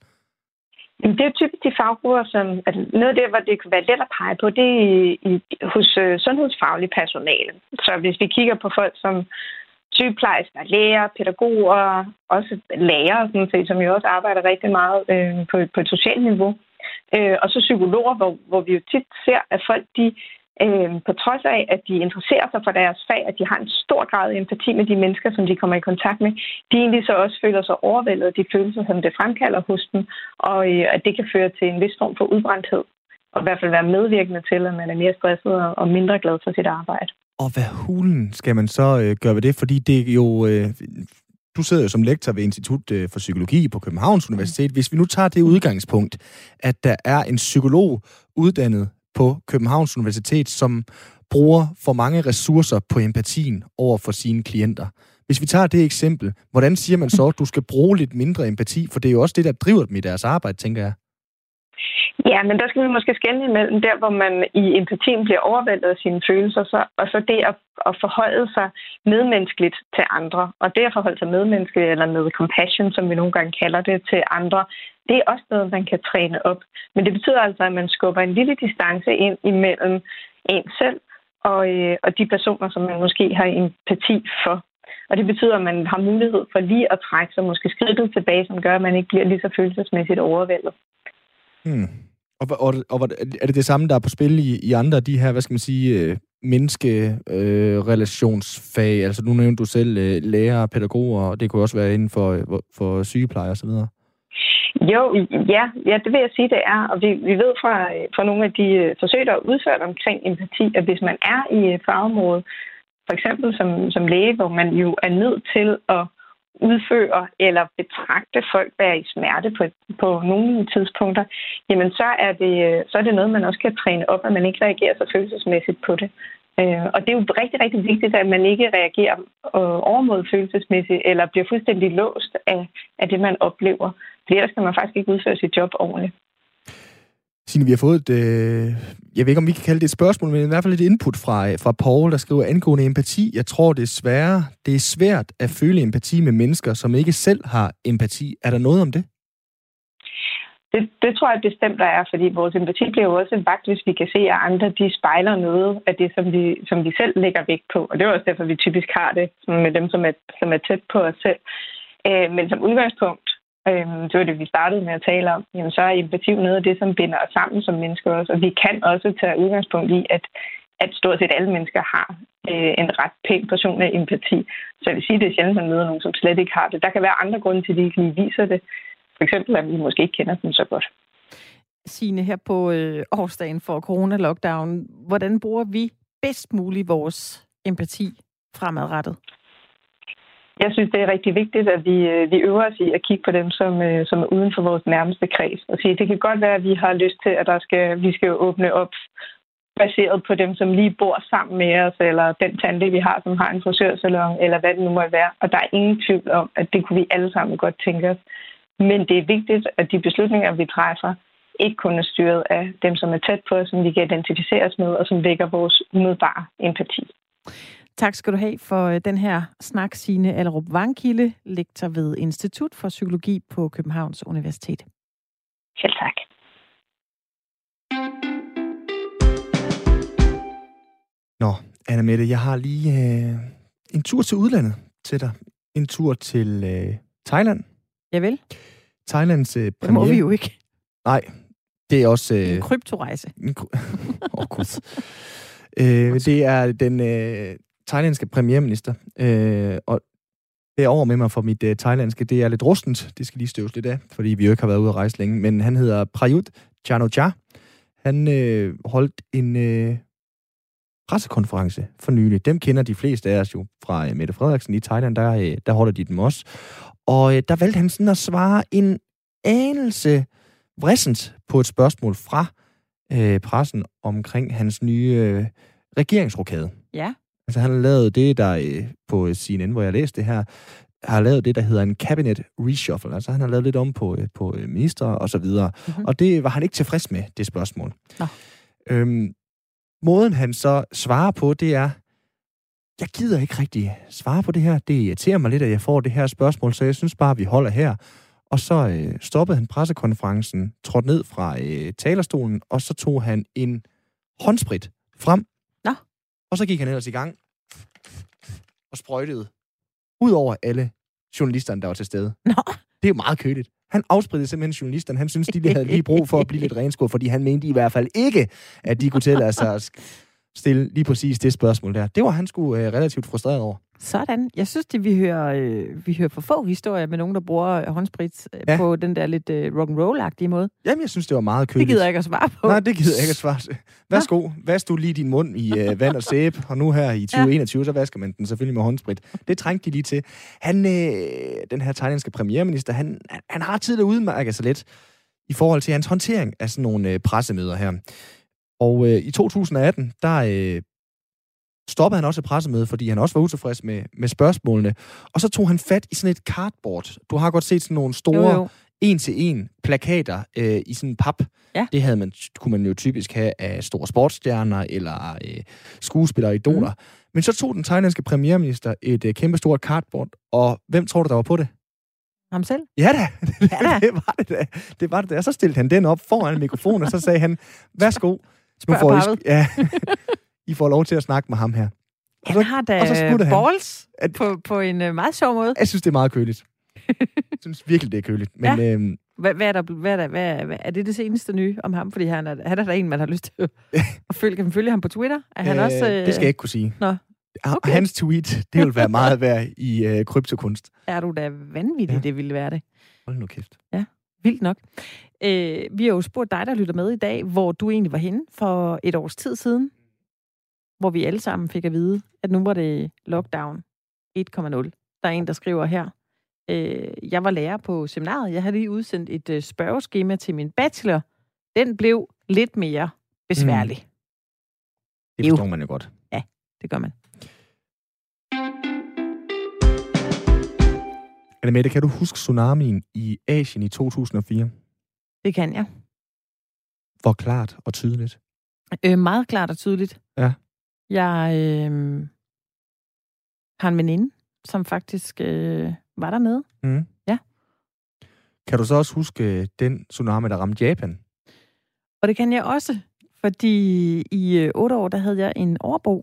Det er typisk de faggrupper, som noget af det, hvor det kan være let at pege på, det er hos sundhedsfaglige personale. Så hvis vi kigger på folk som sygeplejersker, læger, pædagoger, også lærere, sådan set, som jo også arbejder rigtig meget på et socialt niveau, og så psykologer, hvor vi jo tit ser, at folk, de på trods af, at de interesserer sig for deres fag, at de har en stor grad af empati med de mennesker, som de kommer i kontakt med, de egentlig så også føler sig overvældet af de følelser, som det fremkalder hos dem, og at det kan føre til en vis form for udbrændthed, og i hvert fald være medvirkende til, at man er mere stresset og mindre glad for sit arbejde. Og hvad hulen skal man så gøre ved det? Fordi det er jo... Du sidder jo som lektor ved Institut for Psykologi på Københavns Universitet. Hvis vi nu tager det udgangspunkt, at der er en psykolog uddannet på Københavns Universitet, som bruger for mange ressourcer på empatien over for sine klienter. Hvis vi tager det eksempel, hvordan siger man så, at du skal bruge lidt mindre empati? For det er jo også det, der driver dem i deres arbejde, tænker jeg. Ja, men der skal vi måske skelne imellem der, hvor man i empatien bliver overvældet af sine følelser, og så det at forholde sig medmenneskeligt til andre. Og det at forholde sig medmenneskeligt, eller med compassion, som vi nogle gange kalder det, til andre, det er også noget, man kan træne op. Men det betyder altså, at man skubber en lille distance ind imellem en selv og de personer, som man måske har empati for. Og det betyder, at man har mulighed for lige at trække sig måske skridtet tilbage, som gør, at man ikke bliver lige så følelsesmæssigt overvældet. Og er det samme, der er på spil i andre af de her, hvad skal man sige, menneskerelationsfag? Altså nu nævnte du selv lærer, pædagoger, og det kunne også være inden for sygeplejer og så videre. Jo, ja, det vil jeg sige, det er. Og vi ved fra nogle af de forsøg, der er udført omkring empati, at hvis man er i et fagområde, for eksempel som læge, hvor man jo er nødt til at udføre eller betragte folk være i smerte på nogle tidspunkter, jamen så er det noget, man også kan træne op, at man ikke reagerer så følelsesmæssigt på det. Og det er jo rigtig, rigtig vigtigt, at man ikke reagerer overmod følelsesmæssigt eller bliver fuldstændig låst af det, man oplever. For ellers kan man faktisk ikke udføre sit job ordentligt. Signe, vi har fået et, jeg ved ikke, om vi kan kalde det et spørgsmål, men i hvert fald et input fra Paul, der skriver angående empati. Jeg tror, det er svært at føle empati med mennesker, som ikke selv har empati. Er der noget om det? Det tror jeg bestemt, der er, fordi vores empati bliver jo også vagt, hvis vi kan se, at andre de spejler noget af det, som vi selv lægger vægt på. Og det er også derfor, vi typisk har det med dem, som er tæt på os selv. Men som udgangspunkt, det var det, vi startede med at tale om, jamen, så er empati noget af det, som binder os sammen som mennesker også. Og vi kan også tage udgangspunkt i, at stort set alle mennesker har en ret pæn portion af empati. Så jeg vil sige, at det er sjældent, at man møder nogen, som slet ikke har det. Der kan være andre grunde til, at de ikke lige viser det. For eksempel, at vi måske ikke kender dem så godt. Signe, her på årsdagen for corona-lockdown, hvordan bruger vi bedst muligt vores empati fremadrettet? Jeg synes, det er rigtig vigtigt, at vi øver os i at kigge på dem, som er uden for vores nærmeste kreds. Og sige, det kan godt være, at vi har lyst til, at vi skal åbne op baseret på dem, som lige bor sammen med os, eller den tante, vi har, som har en frisørsalon, eller hvad det nu må være. Og der er ingen tvivl om, at det kunne vi alle sammen godt tænke os. Men det er vigtigt, at de beslutninger, vi træffer, ikke kun er styret af dem, som er tæt på os, som vi kan identificere os med, og som vækker vores umiddelbare empati. Tak skal du have for den her snak, Signe Allerup Vangkilde, lektor ved Institut for Psykologi på Københavns Universitet. Selv tak. Nå, Anna-Mette, jeg har lige en tur til udlandet til dig. En tur til Thailand. Javel. Thailands premiere. Det må vi jo ikke. Nej, det er også... en kryptorejse. Gud. Det er den thailandske premierminister, og det er over med mig for mit thailandske. Det er lidt rustent, det skal lige støves lidt af, fordi vi jo ikke har været ude at rejse længe, men han hedder Prayut Chan-o-cha. Han holdt en pressekonference for nylig. Dem kender de fleste af os jo fra Mette Frederiksen i Thailand, der holder de dem også. Og der valgte han sådan at svare en anelse vrissent på et spørgsmål fra pressen omkring hans nye regeringsrokade. Ja. Altså han har lavet det, der på CNN, hvor jeg læste det her, har lavet det, der hedder en cabinet reshuffle. Altså han har lavet lidt om på minister og så videre. Mm-hmm. Og det var han ikke tilfreds med, det spørgsmål. Nå. Måden han så svarer på, det er, jeg gider ikke rigtig svare på det her. Det irriterer mig lidt, at jeg får det her spørgsmål, så jeg synes bare, vi holder her. Og så stoppede han pressekonferencen, trådte ned fra talerstolen, og så tog han en håndsprit frem. Nå. Og så gik han ellers i gang og sprøjtede ud over alle journalisterne, der var til stede. Nå. Det er jo meget køligt. Han afsprittede simpelthen journalisterne. Han synes, de havde lige brug for at blive lidt renskåret, fordi han mente i hvert fald ikke, at de kunne tillade sig at stille lige præcis det spørgsmål der. Det var han sgu relativt frustreret over. Sådan. Jeg synes, vi hører for få historier med nogen, der bruger håndsprit på den der lidt rock'n'roll-agtige måde. Jamen, jeg synes, det var meget køligt. Det gider jeg ikke at svare på. Nej, det gider jeg ikke at svare. Værsgo. Vask du lige din mund i vand og sæbe, og nu her i 2021, så vasker man den selvfølgelig med håndsprit. Det trængte de lige til. Han, den her thailandske premierminister, han har tidligere udmærket sig lidt i forhold til hans håndtering af sådan nogle pressemøder her. Og i 2018, der stoppede han også et pressemøde, fordi han også var utilfreds med spørgsmålene. Og så tog han fat i sådan et cardboard. Du har godt set sådan nogle store en-til-en plakater i sådan en pap. Ja. Det kunne man jo typisk have af store sportsstjerner eller skuespillere og idoler. Men så tog den thailandske premierminister et kæmpestort cardboard, og hvem tror du, der var på det? Ham selv? Ja da, det var det da. Og så stillede han den op foran mikrofonen, og så sagde han, værsgo. Nu får I får lov til at snakke med ham her. Han har da balls på en meget sjov måde. Jeg synes, det er meget køligt. Jeg synes virkelig, det er køligt. Men, er det seneste nye om ham? Fordi han er der en, man har lyst til at følge. Kan man følge ham på Twitter? Er han også, det skal jeg ikke kunne sige. Nå. Okay. Hans tweet, det vil være meget værd i kryptokunst. Er du da vanvittig, det ville være det. Hold nu kæft. Ja, vildt nok. Vi har jo spurgt dig, der lytter med i dag, hvor du egentlig var henne for et års tid siden. Hvor vi alle sammen fik at vide, at nu var det lockdown 1,0. Der er en, der skriver her. Jeg var lærer på seminariet. Jeg havde lige udsendt et spørgeskema til min bachelor. Den blev lidt mere besværlig. Det forstår man jo godt. Ja, det gør man. Anne-Mette, kan du huske tsunamien i Asien i 2004? Det kan jeg. Hvor klart og tydeligt? Meget klart og tydeligt. Ja. Jeg har en veninde, som faktisk var dernede. Mm. Ja. Kan du så også huske den tsunami, der ramte Japan? Og det kan jeg også, fordi i 8 år, der havde jeg en overbo,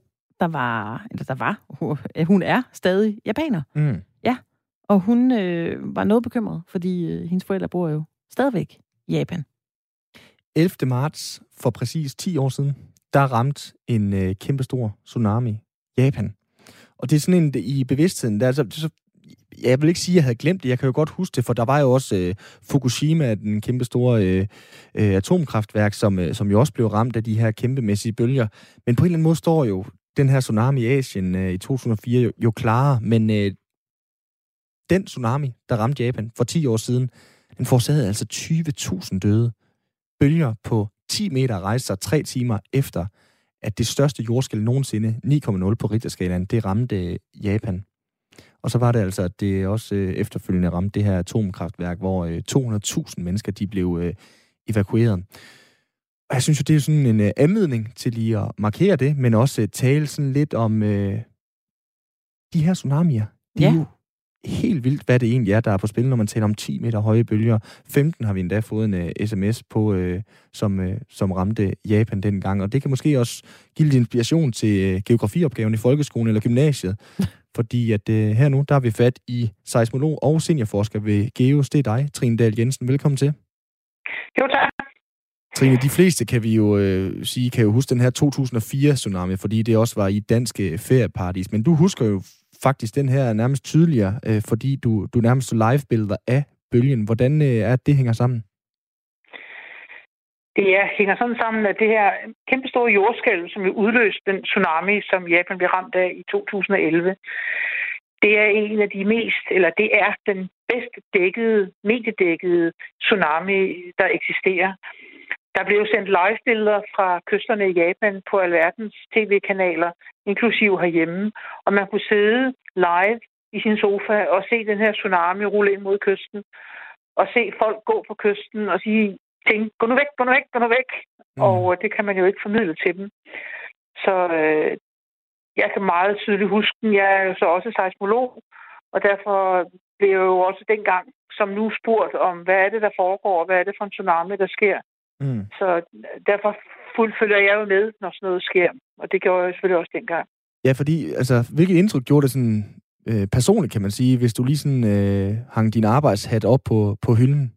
hun er stadig japaner. Mm. Ja, og hun var noget bekymret, fordi hendes forældre bor jo stadigvæk i Japan. 11. marts for præcis 10 år siden, der ramte en kæmpestor tsunami Japan. Og det er sådan en i bevidstheden, der altså, jeg vil ikke sige, at jeg havde glemt det. Jeg kan jo godt huske det, for der var jo også Fukushima, den kæmpe store atomkraftværk, som jo også blev ramt af de her kæmpemæssige bølger. Men på en eller anden måde står jo den her tsunami i Asien i 2004 jo klarere. Men den tsunami, der ramte Japan for 10 år siden, den forårsagede altså 20.000 døde. Bølger på 10 meter rejste sig 3 timer efter, at det største jordskælv nogensinde, 9,0 på Richterskalaen, det ramte Japan. Og så var det altså, at det også efterfølgende ramte det her atomkraftværk, hvor 200.000 mennesker de blev evakueret. Og jeg synes jo, det er sådan en anledning til lige at markere det, men også tale sådan lidt om de her tsunamier. Det er jo helt vildt, hvad det egentlig er, der er på spil, når man taler om 10 meter høje bølger. 15 har vi endda fået en sms på, som ramte Japan dengang. Og det kan måske også give lidt inspiration til geografiopgaven i folkeskolen eller gymnasiet. Fordi at her nu, der har vi fat i seismolog og seniorforsker ved GEOS. Det er dig, Trine Dahl Jensen. Velkommen til. Jo, tak. Trine, de fleste kan vi jo sige, kan jo huske den her 2004-tsunami, fordi det også var i danske ferieparadis. Men du husker jo faktisk den her nærmest tydeligere, fordi du nærmest så live-billeder af bølgen. Hvordan er det hænger sammen? Det hænger sådan sammen, at det her kæmpestore jordskælv, som jo udløste den tsunami, som Japan blev ramt af i 2011, det er en af de det er den bedst dækkede, mediedækkede tsunami, der eksisterer. Der blev sendt live-billeder fra kysterne i Japan på alverdens tv-kanaler, inklusiv herhjemme, og man kunne sidde live i sin sofa og se den her tsunami rulle ind mod kysten, og se folk gå på kysten og sige ting, gå nu væk, gå nu væk, gå nu væk. Og det kan man jo ikke formidle til dem. Så jeg kan meget tydeligt huske den. Jeg er jo så også seismolog, og derfor blev jeg jo også dengang, som nu spurgt om, hvad er det, der foregår, og hvad er det for en tsunami, der sker. Så derfor følger jeg jo med, når sådan noget sker. Og det gjorde jeg selvfølgelig også dengang. Ja, fordi, altså, hvilket indtryk gjorde det sådan personligt, kan man sige, hvis du lige sådan hang din arbejdshat op på hylden?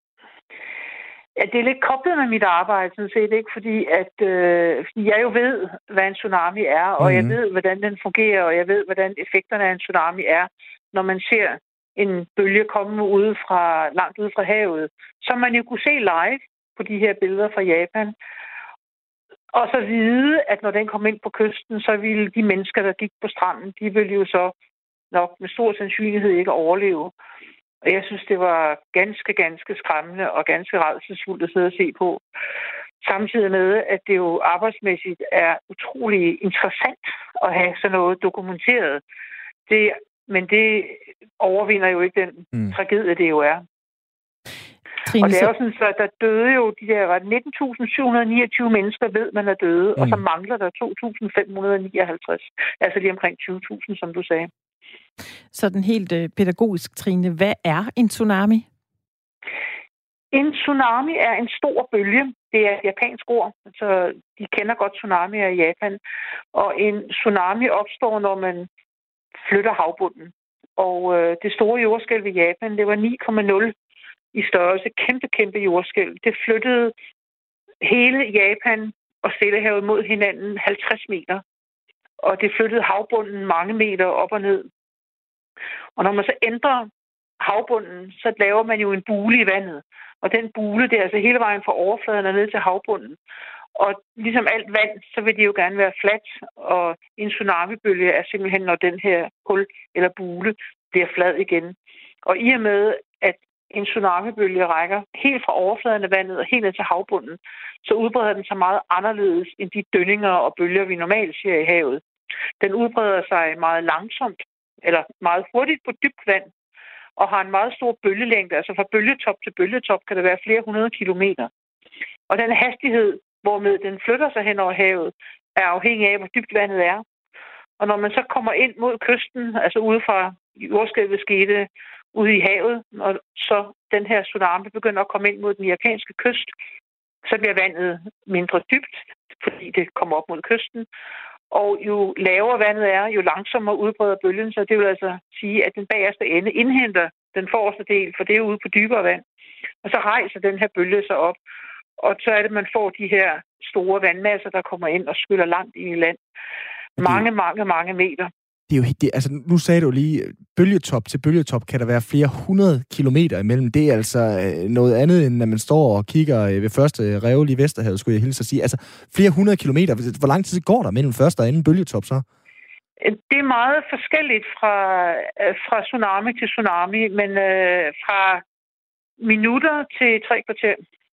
Ja, det er lidt koblet med mit arbejde, sådan set, ikke? Fordi jeg jo ved, hvad en tsunami er, og jeg ved, hvordan den fungerer, og jeg ved, hvordan effekterne af en tsunami er, når man ser en bølge komme langt ude fra havet, som man jo kunne se live på de her billeder fra Japan. Og så vide, at når den kom ind på kysten, så ville de mennesker, der gik på stranden, de ville jo så nok med stor sandsynlighed ikke overleve. Og jeg synes, det var ganske, ganske skræmmende og ganske rædselsfuldt at sidde og se på. Samtidig med, at det jo arbejdsmæssigt er utrolig interessant at have sådan noget dokumenteret. Men det overvinder jo ikke den tragedie, det jo er. Trine, og det er jo sådan, så der døde jo de der 19.729 mennesker, ved man er døde, og så mangler der 2.559. Altså lige omkring 20.000, som du sagde. Sådan helt pædagogisk, Trine. Hvad er en tsunami? En tsunami er en stor bølge. Det er et japansk ord, så de kender godt tsunamier i Japan. Og en tsunami opstår, når man flytter havbunden. Og det store jordskælv i Japan, det var 9,0 i størrelse. Kæmpe jordskælv. Det flyttede hele Japan og Stillehavet mod hinanden 50 meter. Og det flyttede havbunden mange meter op og ned. Og når man så ændrer havbunden, så laver man jo en bule i vandet. Og den bule, det er altså hele vejen fra overfladen og ned til havbunden. Og ligesom alt vand, så vil det jo gerne være fladt. Og en tsunamibølge er simpelthen, når den her hul eller bule bliver flad igen. Og i og med, at en tsunamibølge rækker helt fra overfladen af vandet og helt ned til havbunden, så udbreder den sig meget anderledes end de dønninger og bølger, vi normalt ser i havet. Den udbreder sig meget langsomt, eller meget hurtigt på dybt vand, og har en meget stor bølgelængde. Altså fra bølgetop til bølgetop kan der være flere 100 kilometer. Og den hastighed, hvormed den flytter sig hen over havet, er afhængig af, hvor dybt vandet er. Og når man så kommer ind mod kysten, altså ude fra jordskælvet skete ude i havet, og så den her tsunami begynder at komme ind mod den japanske kyst, så bliver vandet mindre dybt, fordi det kommer op mod kysten. Og jo lavere vandet er, jo langsommere udbreder bølgen, så det vil altså sige, at den bagerste ende indhenter den forreste del, for det er ude på dybere vand. Og så rejser den her bølge sig op, og så er det, man får de her store vandmasser, der kommer ind og skyller langt ind i land. Mange meter. Det er jo, altså, nu sagde du lige, bølgetop til bølgetop kan der være flere 100 kilometer imellem. Det er altså noget andet, end når man står og kigger ved første revl i Vesterhavet, skulle jeg hilse at sige. Altså flere 100 kilometer. Hvor lang tid går der mellem første og anden bølgetop så? Det er meget forskelligt fra tsunami til tsunami, men fra minutter til 3 kvarter.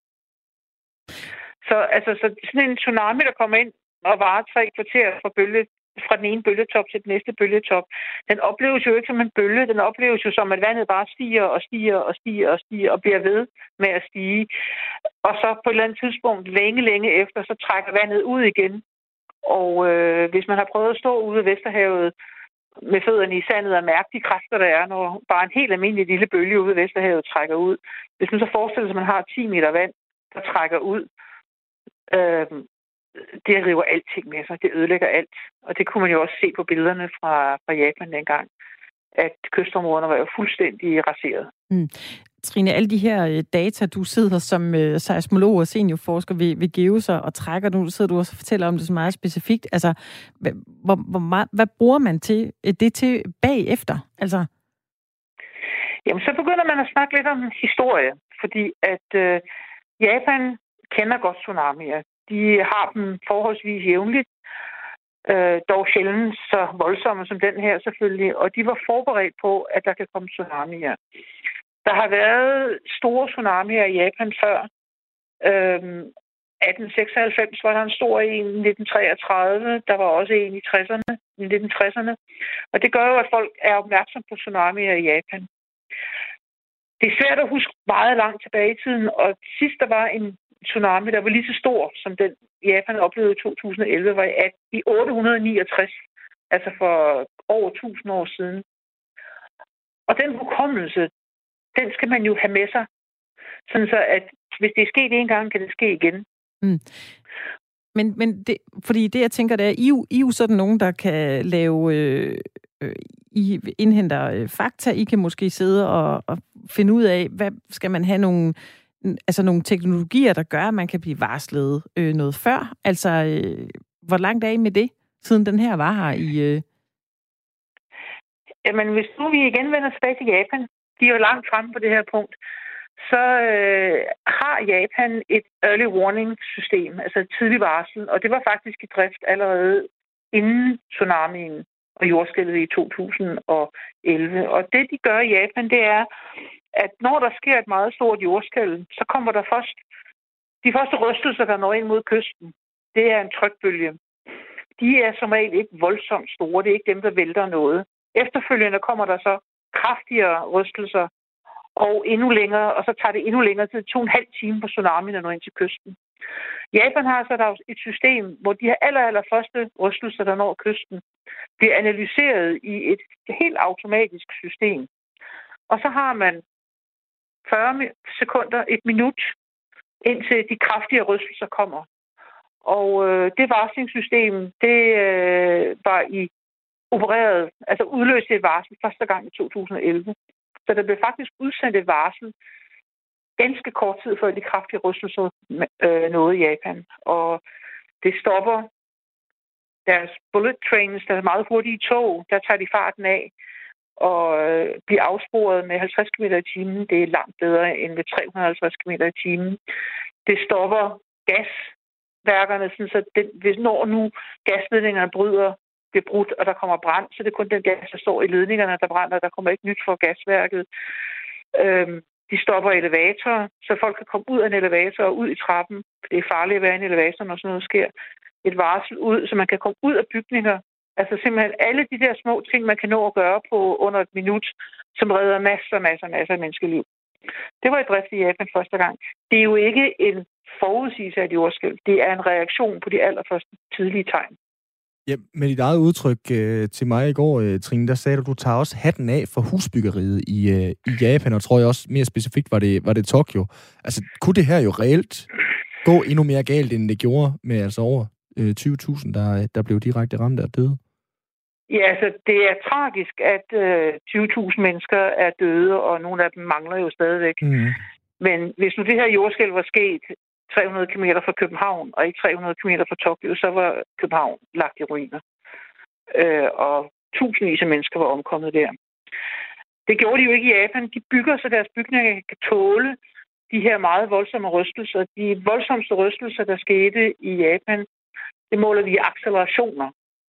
Så sådan en tsunami, der kommer ind og varer 3 kvarter fra den ene bølgetop til den næste bølgetop, den opleves jo ikke som en bølge, den opleves jo som, at vandet bare stiger og bliver ved med at stige. Og så på et eller andet tidspunkt, længe efter, så trækker vandet ud igen. Og hvis man har prøvet at stå ude i Vesterhavet med fødderne i sandet og mærke de kræfter, der er, når bare en helt almindelig lille bølge ude i Vesterhavet trækker ud. Hvis man så forestiller sig, at man har 10 meter vand, der trækker ud, det river alting med sig. Det ødelægger alt. Og det kunne man jo også se på billederne fra Japan dengang, at kystområderne var jo fuldstændig raseret. Trine, alle de her data, du sidder som seismolog og seniorforsker ved GEOS og trækker, nu sidder du også og fortæller om det så meget specifikt. Altså, hvad bruger man det til bagefter? Altså? Jamen, så begynder man at snakke lidt om historie, fordi at Japan kender godt tsunamier. De har dem forholdsvis jævnligt, dog sjældent så voldsomme som den her selvfølgelig, og de var forberedt på, at der kan komme tsunamier. Der har været store tsunamier i Japan før. 1896 var der en stor en, 1933, der var også en i 1960'erne. Og det gør jo, at folk er opmærksom på tsunamier i Japan. Det er svært at huske meget langt tilbage i tiden, og sidst der var en tsunami, der var lige så stor som den Japan oplevede i 2011, var i 869, altså for over 1000 år siden. Og den hukommelse, den skal man jo have med sig, sådan så at hvis det er sket en gang, kan det ske igen. Men det, fordi det, jeg tænker, det er, I er jo sådan nogen, der kan lave, I indhenter fakta, I kan måske sidde og finde ud af, hvad skal man have nogle teknologier, der gør, at man kan blive varslet noget før. Altså, hvor langt er I med det, siden den her var her i... Jamen, hvis nu vi igen vender tilbage til Japan, de er jo langt fremme på det her punkt, så har Japan et early warning system, altså et tidligt varsel, og det var faktisk i drift allerede inden tsunamien og jordskælvet i 2011. Og det, de gør i Japan, det er, at når der sker et meget stort jordskælv, så kommer der først de første rystelser, der når ind mod kysten. Det er en trykbølge. De er som regel ikke voldsomt store. Det er ikke dem, der vælter noget. Efterfølgende kommer der så kraftigere rystelser, og endnu længere, og så tager det endnu længere tid, 2,5 timer på tsunamien at nå ind til kysten. Japan har så der et system, hvor de her allerførste rystelser, der når kysten, bliver analyseret i et helt automatisk system. Og så har man 40 sekunder, 1 minut, indtil de kraftige rystelser kommer. Og det varslingssystem, det var opereret, altså udløst et varsel første gang i 2011. Så der blev faktisk udsendt et varsel ganske kort tid før de kraftige rystelser nåede Japan. Og det stopper deres bullet trains, der er meget hurtige tog, der tager de farten af og bliver afsporet med 50 km i timen. Det er langt bedre end ved 350 km i timen. Det stopper gasværkerne, så når nu gasledningerne bliver brudt, og der kommer brand, så det er kun den gas, der står i ledningerne, der brænder. Der kommer ikke nyt fra gasværket. De stopper elevatorer, så folk kan komme ud af en elevator og ud i trappen. Det er farligt at være i en elevator, når sådan noget sker. Et varsel ud, så man kan komme ud af bygninger. Altså simpelthen alle de der små ting, man kan nå at gøre på under 1 minut, som redder masser af menneskeliv. Det var i drift i Japan første gang. Det er jo ikke en forudsigelse af et jordskælv. Det er en reaktion på de allerførste tidlige tegn. Ja, med dit eget udtryk til mig i går, Trine, der sagde du tager også hatten af for husbyggeriet i Japan, og tror jeg også mere specifikt var det Tokyo. Altså, kunne det her jo reelt gå endnu mere galt, end det gjorde med altså over 20.000, der blev direkte ramt af døde? Ja, altså, det er tragisk, at 20.000 mennesker er døde, og nogle af dem mangler jo stadigvæk. Mm. Men hvis nu det her jordskælv var sket 300 km fra København, og ikke 300 km fra Tokyo, så var København lagt i ruiner. Og tusindvis af mennesker var omkommet der. Det gjorde de jo ikke i Japan. De bygger, så deres bygninger kan tåle de her meget voldsomme rystelser. De voldsomste rystelser, der skete i Japan, det måler vi i accelerationer.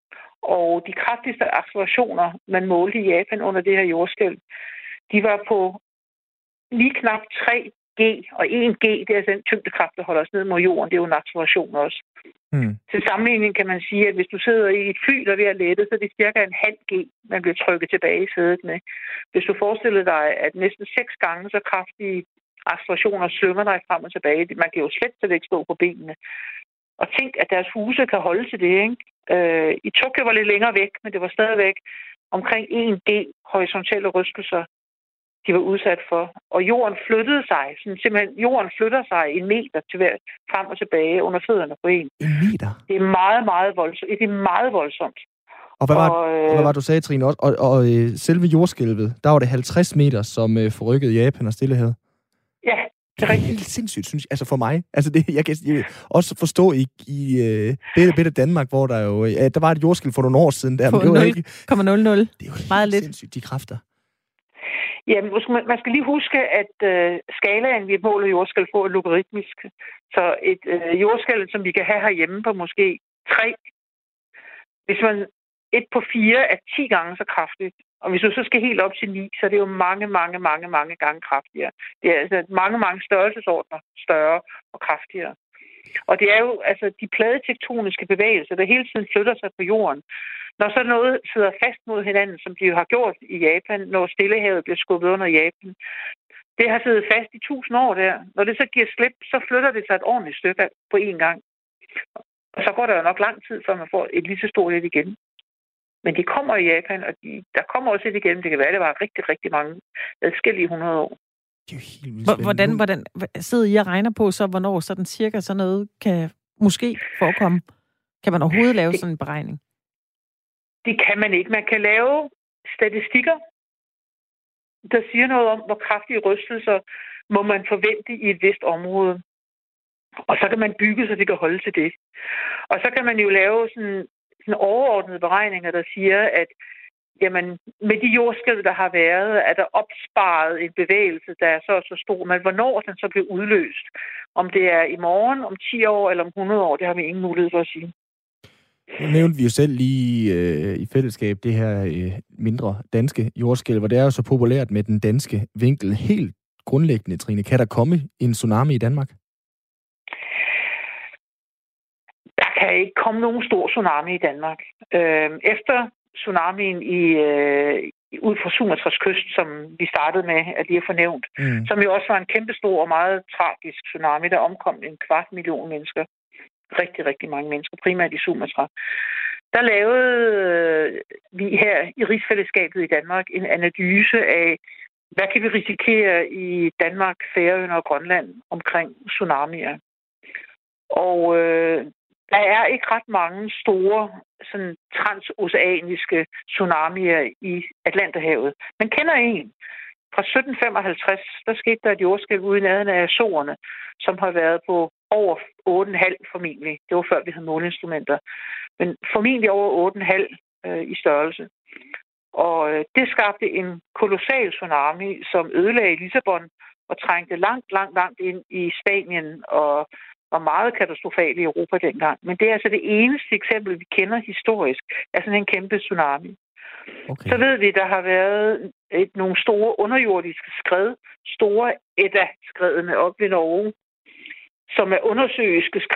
Og de kraftigste accelerationer, man målte i Japan under det her jordskælv, de var på lige knap 3 G, og 1 G, det er altså den tyngdekraft, der holder os ned mod jorden. Det er jo en acceleration også. Mm. Til sammenligning kan man sige, at hvis du sidder i et fly, der er ved at lette, så er det cirka en halv G, man bliver trykket tilbage i sædet med. Hvis du forestiller dig, at næsten 6 gange så kraftige accelerationer slynger dig frem og tilbage, man kan jo slet ikke stå på benene. Og tænk, at deres huse kan holde til det, ikke? I Tokyo var lidt længere væk, men det var stadigvæk omkring 1 G horisontale rystelser, de var udsat for. Og jorden flyttede sig. Simpelthen, jorden flytter sig 1 meter frem og tilbage under fødderne på en. 1 meter? Det er meget, meget voldsomt. Det er meget voldsomt. Og hvad var du sagde, Trine? Og selve jordskælvet, der var det 50 meter, som forrykkede Japan og Stillehavet? Ja, det er rigtigt. Helt sindssygt, synes jeg. Altså for mig. Altså det, jeg kan også forstå i bitte Danmark, hvor der jo... der var et jordskælv for nogle år siden. Der, for 0,00. Det er jo meget lidt sindssygt, de kræfter. Jamen, man skal lige huske, at skalaen, vi måler jordskælv på, er logaritmisk. Så et jordskælv, som vi kan have herhjemme på måske 3, hvis man 1 på 4 er 10 gange så kraftigt, og hvis du så skal helt op til 9, så er det jo mange gange kraftigere. Det er altså mange størrelsesordner større og kraftigere. Og det er jo altså de pladetektoniske bevægelser, der hele tiden flytter sig på jorden. Når så noget sidder fast mod hinanden, som de jo har gjort i Japan, når Stillehavet bliver skubbet under Japan, det har siddet fast i 1000 år der. Når det så giver slip, så flytter det sig et ordentligt stykke på én gang. Og så går der jo nok lang tid, før man får et lige så stort et igen. Men de kommer i Japan, og der kommer også et igen. Det kan være, det var rigtig mange, adskillige 100 år. Hvordan sidder I og regner på så, hvornår sådan cirka sådan noget kan måske forekomme? Kan man overhovedet lave sådan en beregning? Det kan man ikke. Man kan lave statistikker, der siger noget om, hvor kraftige rystelser må man forvente i et vist område. Og så kan man bygge, så det kan holde til det. Og så kan man jo lave sådan overordnede beregninger, der siger, at jamen, med de jordskælv, der har været, er der opsparet en bevægelse, der er så stor. Men hvornår den så bliver udløst, om det er i morgen, om 10 år eller om 100 år, det har vi ingen mulighed for at sige. Nu nævnte vi jo selv lige i fællesskab det her mindre danske jordskælv, og det er jo så populært med den danske vinkel. Helt grundlæggende, Trine, kan der komme en tsunami i Danmark? Der kan ikke komme nogen stor tsunami i Danmark. Efter tsunamien ud fra Sumatras kyst, som vi startede med at lige have fornævnt, som jo også var en kæmpestor og meget tragisk tsunami, der omkom 250.000 mennesker. Rigtig mange mennesker, primært i Sumatra. Der lavede vi her i rigsfællesskabet i Danmark en analyse af, hvad kan vi risikere i Danmark, Færøerne og Grønland omkring tsunamier. Og der er ikke ret mange store sådan transoceaniske tsunamier i Atlanterhavet. Man kender en. Fra 1755, der skete der et jordskælv ude i nærheden af Azorerne, som har været på over 8,5 formentlig. Det var før vi havde måleinstrumenter. Men formentlig over 8,5 i størrelse. Og det skabte en kolossal tsunami, som ødelagde Lissabon og trængte langt ind i Spanien og var meget katastrofalt i Europa dengang. Men det er altså det eneste eksempel, vi kender historisk, af sådan en kæmpe tsunami. Okay. Så ved vi, der har været nogle store underjordiske skred, store Edda-skredene op ved Norge, som er undersøiske skred,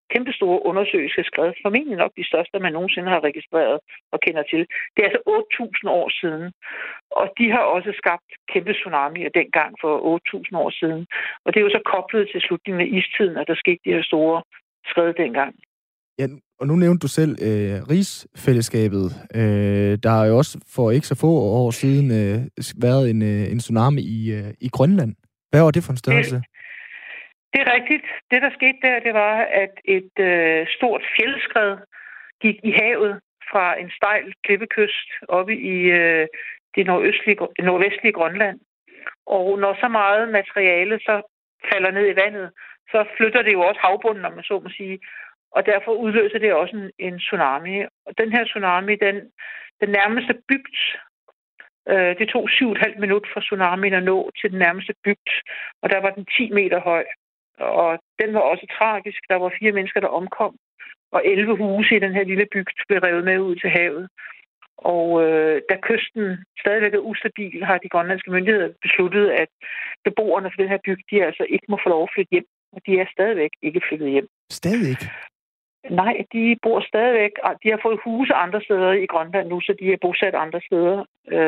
kæmpestore undersøgelser skrevet, formentlig nok de største, man nogensinde har registreret og kender til. Det er altså 8.000 år siden, og de har også skabt kæmpe tsunamier dengang for 8.000 år siden. Og det er jo så koblet til slutningen af istiden, at der skete de her store skred dengang. Ja, og nu nævnte du selv rigsfællesskabet. Der har jo også for ikke så få år siden været en tsunami i Grønland. Hvad var det for en størrelse? Det er rigtigt. Det, der skete der, det var, at et stort fjeldskred gik i havet fra en stejl klippekyst oppe i det nordvestlige Grønland. Og når så meget materiale så falder ned i vandet, så flytter det jo også havbunden, om man så må sige. Og derfor udløser det også en tsunami. Og den her tsunami, den nærmeste bygd, det tog 7,5 minutter for tsunamien at nå til den nærmeste bygd. Og der var den 10 meter høj. Og den var også tragisk. Der var 4 mennesker, der omkom. Og 11 huse i den her lille bygd blev revet med ud til havet. Og da kysten stadigvæk er ustabil, har de grønlandske myndigheder besluttet, at beboerne for den her bygd, de altså ikke må få lov at flytte hjem. Og de er stadigvæk ikke flyttet hjem. Stadig ikke? Nej, de bor stadigvæk. De har fået huse andre steder i Grønland nu, så de er bosat andre steder.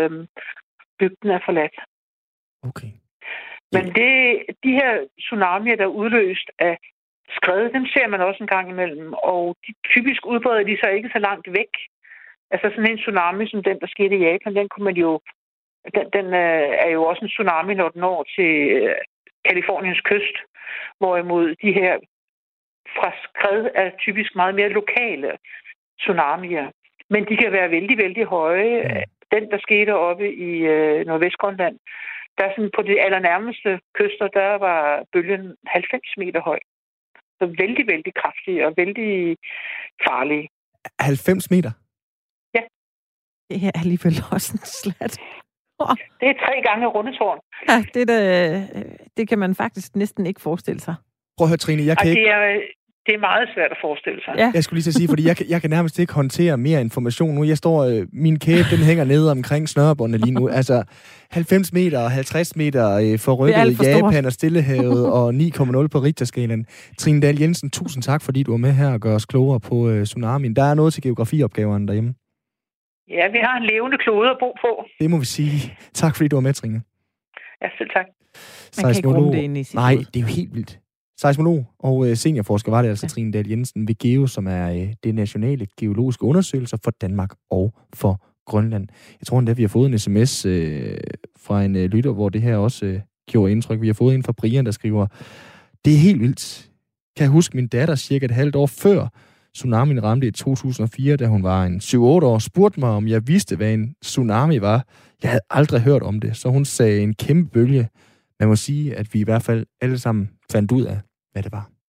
Bygden er forladt. Okay. Men de her tsunamier, der er udløst af skred, dem ser man også en gang imellem. Og typisk udbreder de sig ikke så langt væk. Altså sådan en tsunami som den, der skete i Japan, den kunne man jo... Den er jo også en tsunami, når den når til Californiens kyst. Hvorimod de her fra skred er typisk meget mere lokale tsunamier. Men de kan være vældig, vældig høje. Den, der skete oppe i Nordvestgrønland, der sådan på de allernærmeste kyster, der var bølgen 90 meter høj. Så vældig, vældig kraftig og vældig farlig. 90 meter? Ja. Det er alligevel også en slat. Det er 3 gange rundetårn. Ja, det kan man faktisk næsten ikke forestille sig. Prøv at høre, Trine, det er meget svært at forestille sig. Ja. Jeg skulle lige så sige, fordi jeg kan nærmest ikke håndtere mere information nu. Min kæbe, den hænger nede omkring snørebåndet lige nu. Altså 90 meter og 50 meter forrykket Japan og Stillehavet og 9,0 på Richterskalaen. Trine Dahl Jensen, tusind tak, fordi du var med her og gør os klogere på tsunamien. Der er noget til geografiopgaverne derhjemme. Ja, vi har en levende klode at bo på. Det må vi sige. Tak, fordi du var med, Trine. Ja, selv tak. Man kan ikke rumme det inde i sit Nej, det er jo helt vildt. Seismolog og seniorforsker var det altså Trine Dahl Jensen ved GEO, som er det nationale geologiske undersøgelser for Danmark og for Grønland. Jeg tror endda, vi har fået en sms fra en lytter, hvor det her også gjorde indtryk. Vi har fået en fra Brian, der skriver, det er helt vildt. Kan jeg huske min datter cirka et halvt år før tsunamien ramte i 2004, da hun var en 7-8 år, spurgte mig, om jeg vidste, hvad en tsunami var. Jeg havde aldrig hørt om det, så hun sagde en kæmpe bølge. Man må sige, at vi i hvert fald alle sammen fandt ud af, hvad det var.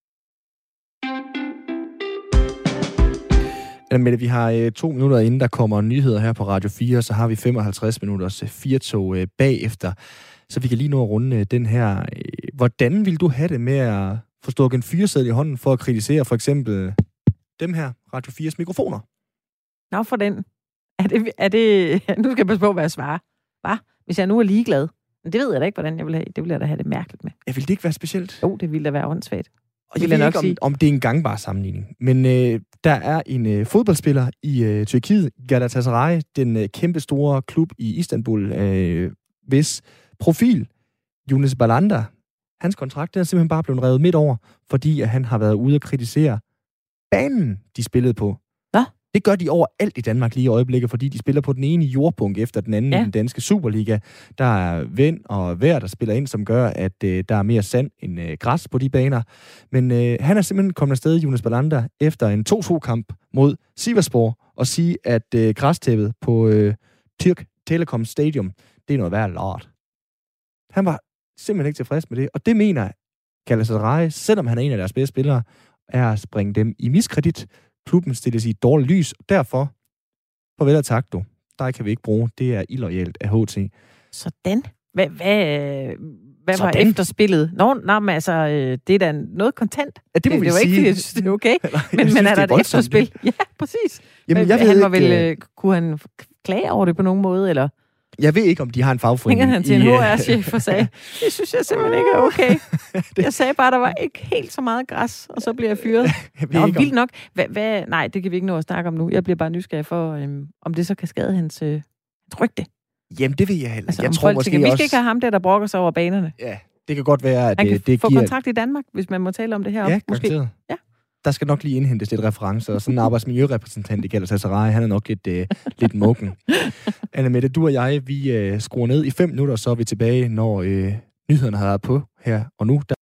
Mette, vi har 2 minutter inden der kommer nyheder her på Radio 4, så har vi 55 minutters firtog bagefter, så vi kan lige nå at runde den her. Hvordan vil du have det med at få stukket en fyreseddel i hånden for at kritisere for eksempel dem her Radio 4's mikrofoner? Nå, for den. Er det nu skal jeg passe på, hvad jeg svarer. Hvad? Hvis jeg nu er ligeglad. Men det ved jeg da ikke, hvordan jeg vil have. Det vil jeg da have det mærkeligt med. Ja, vil det ikke være specielt? Jo, det ville da være åndssvagt. Og jeg ved ikke, om det er en gangbar sammenligning. Men der er en fodboldspiller i Tyrkiet, Galatasaray, den kæmpe store klub i Istanbul, hvis profil, Yunus Balanda, hans kontrakt er simpelthen bare blevet revet midt over, fordi at han har været ude og kritisere banen, de spillede på. Hvad? Det gør de overalt i Danmark lige i øjeblikket, fordi de spiller på den ene jordbunke efter den anden i den danske Superliga. Der er vind og vejr, der spiller ind, som gør, at der er mere sand end græs på de baner. Men han er simpelthen kommet afsted, Yunus Balanda, efter en 2-2-kamp mod Sivasspor, og sige, at græstæppet på Türk Telekom Stadium, det er noget værd lort. Han var simpelthen ikke tilfreds med det, og det mener Galatasaray, selvom han er en af deres bedste spillere, er at springe dem i miskredit. Klubben stilles i et dårligt lys, og derfor, farvel og tak du. Der kan vi ikke bruge. Det er illoyalt af HT. Sådan. Hvad var efterspillet? Men altså, det er da noget kontant. Ja, det må vi sige. Ikke, fordi jeg synes, det er okay. Men er der et efterspil? Ja, præcis. Jamen, han var vel, kunne han klage over det på nogen måde, eller? Jeg ved ikke, om de har en fagforening. Ringer han til en HR-chef og sagde, det synes jeg simpelthen ikke er okay. Jeg sagde bare, der var ikke helt så meget græs, og så bliver jeg fyret. Nå, vildt nok. Nej, det kan vi ikke nå at snakke om nu. Jeg bliver bare nysgerrig for, om det så kan skade hans rygte. Jamen, det ved jeg heller. Altså, jeg tror måske vi skal ikke have ham der brokker sig over banerne. Ja, det kan godt være, at han kan det få giver... kontrakt i Danmark, hvis man må tale om det her. Ja, måske. Ja. Der skal nok lige indhentes lidt referencer, og sådan en arbejdsmiljørepræsentant i Galatasaray, han er nok lidt mukken. Anne-Mette, du og jeg, vi skruer ned i 5 minutter, så er vi tilbage, når nyhederne har været på her og nu.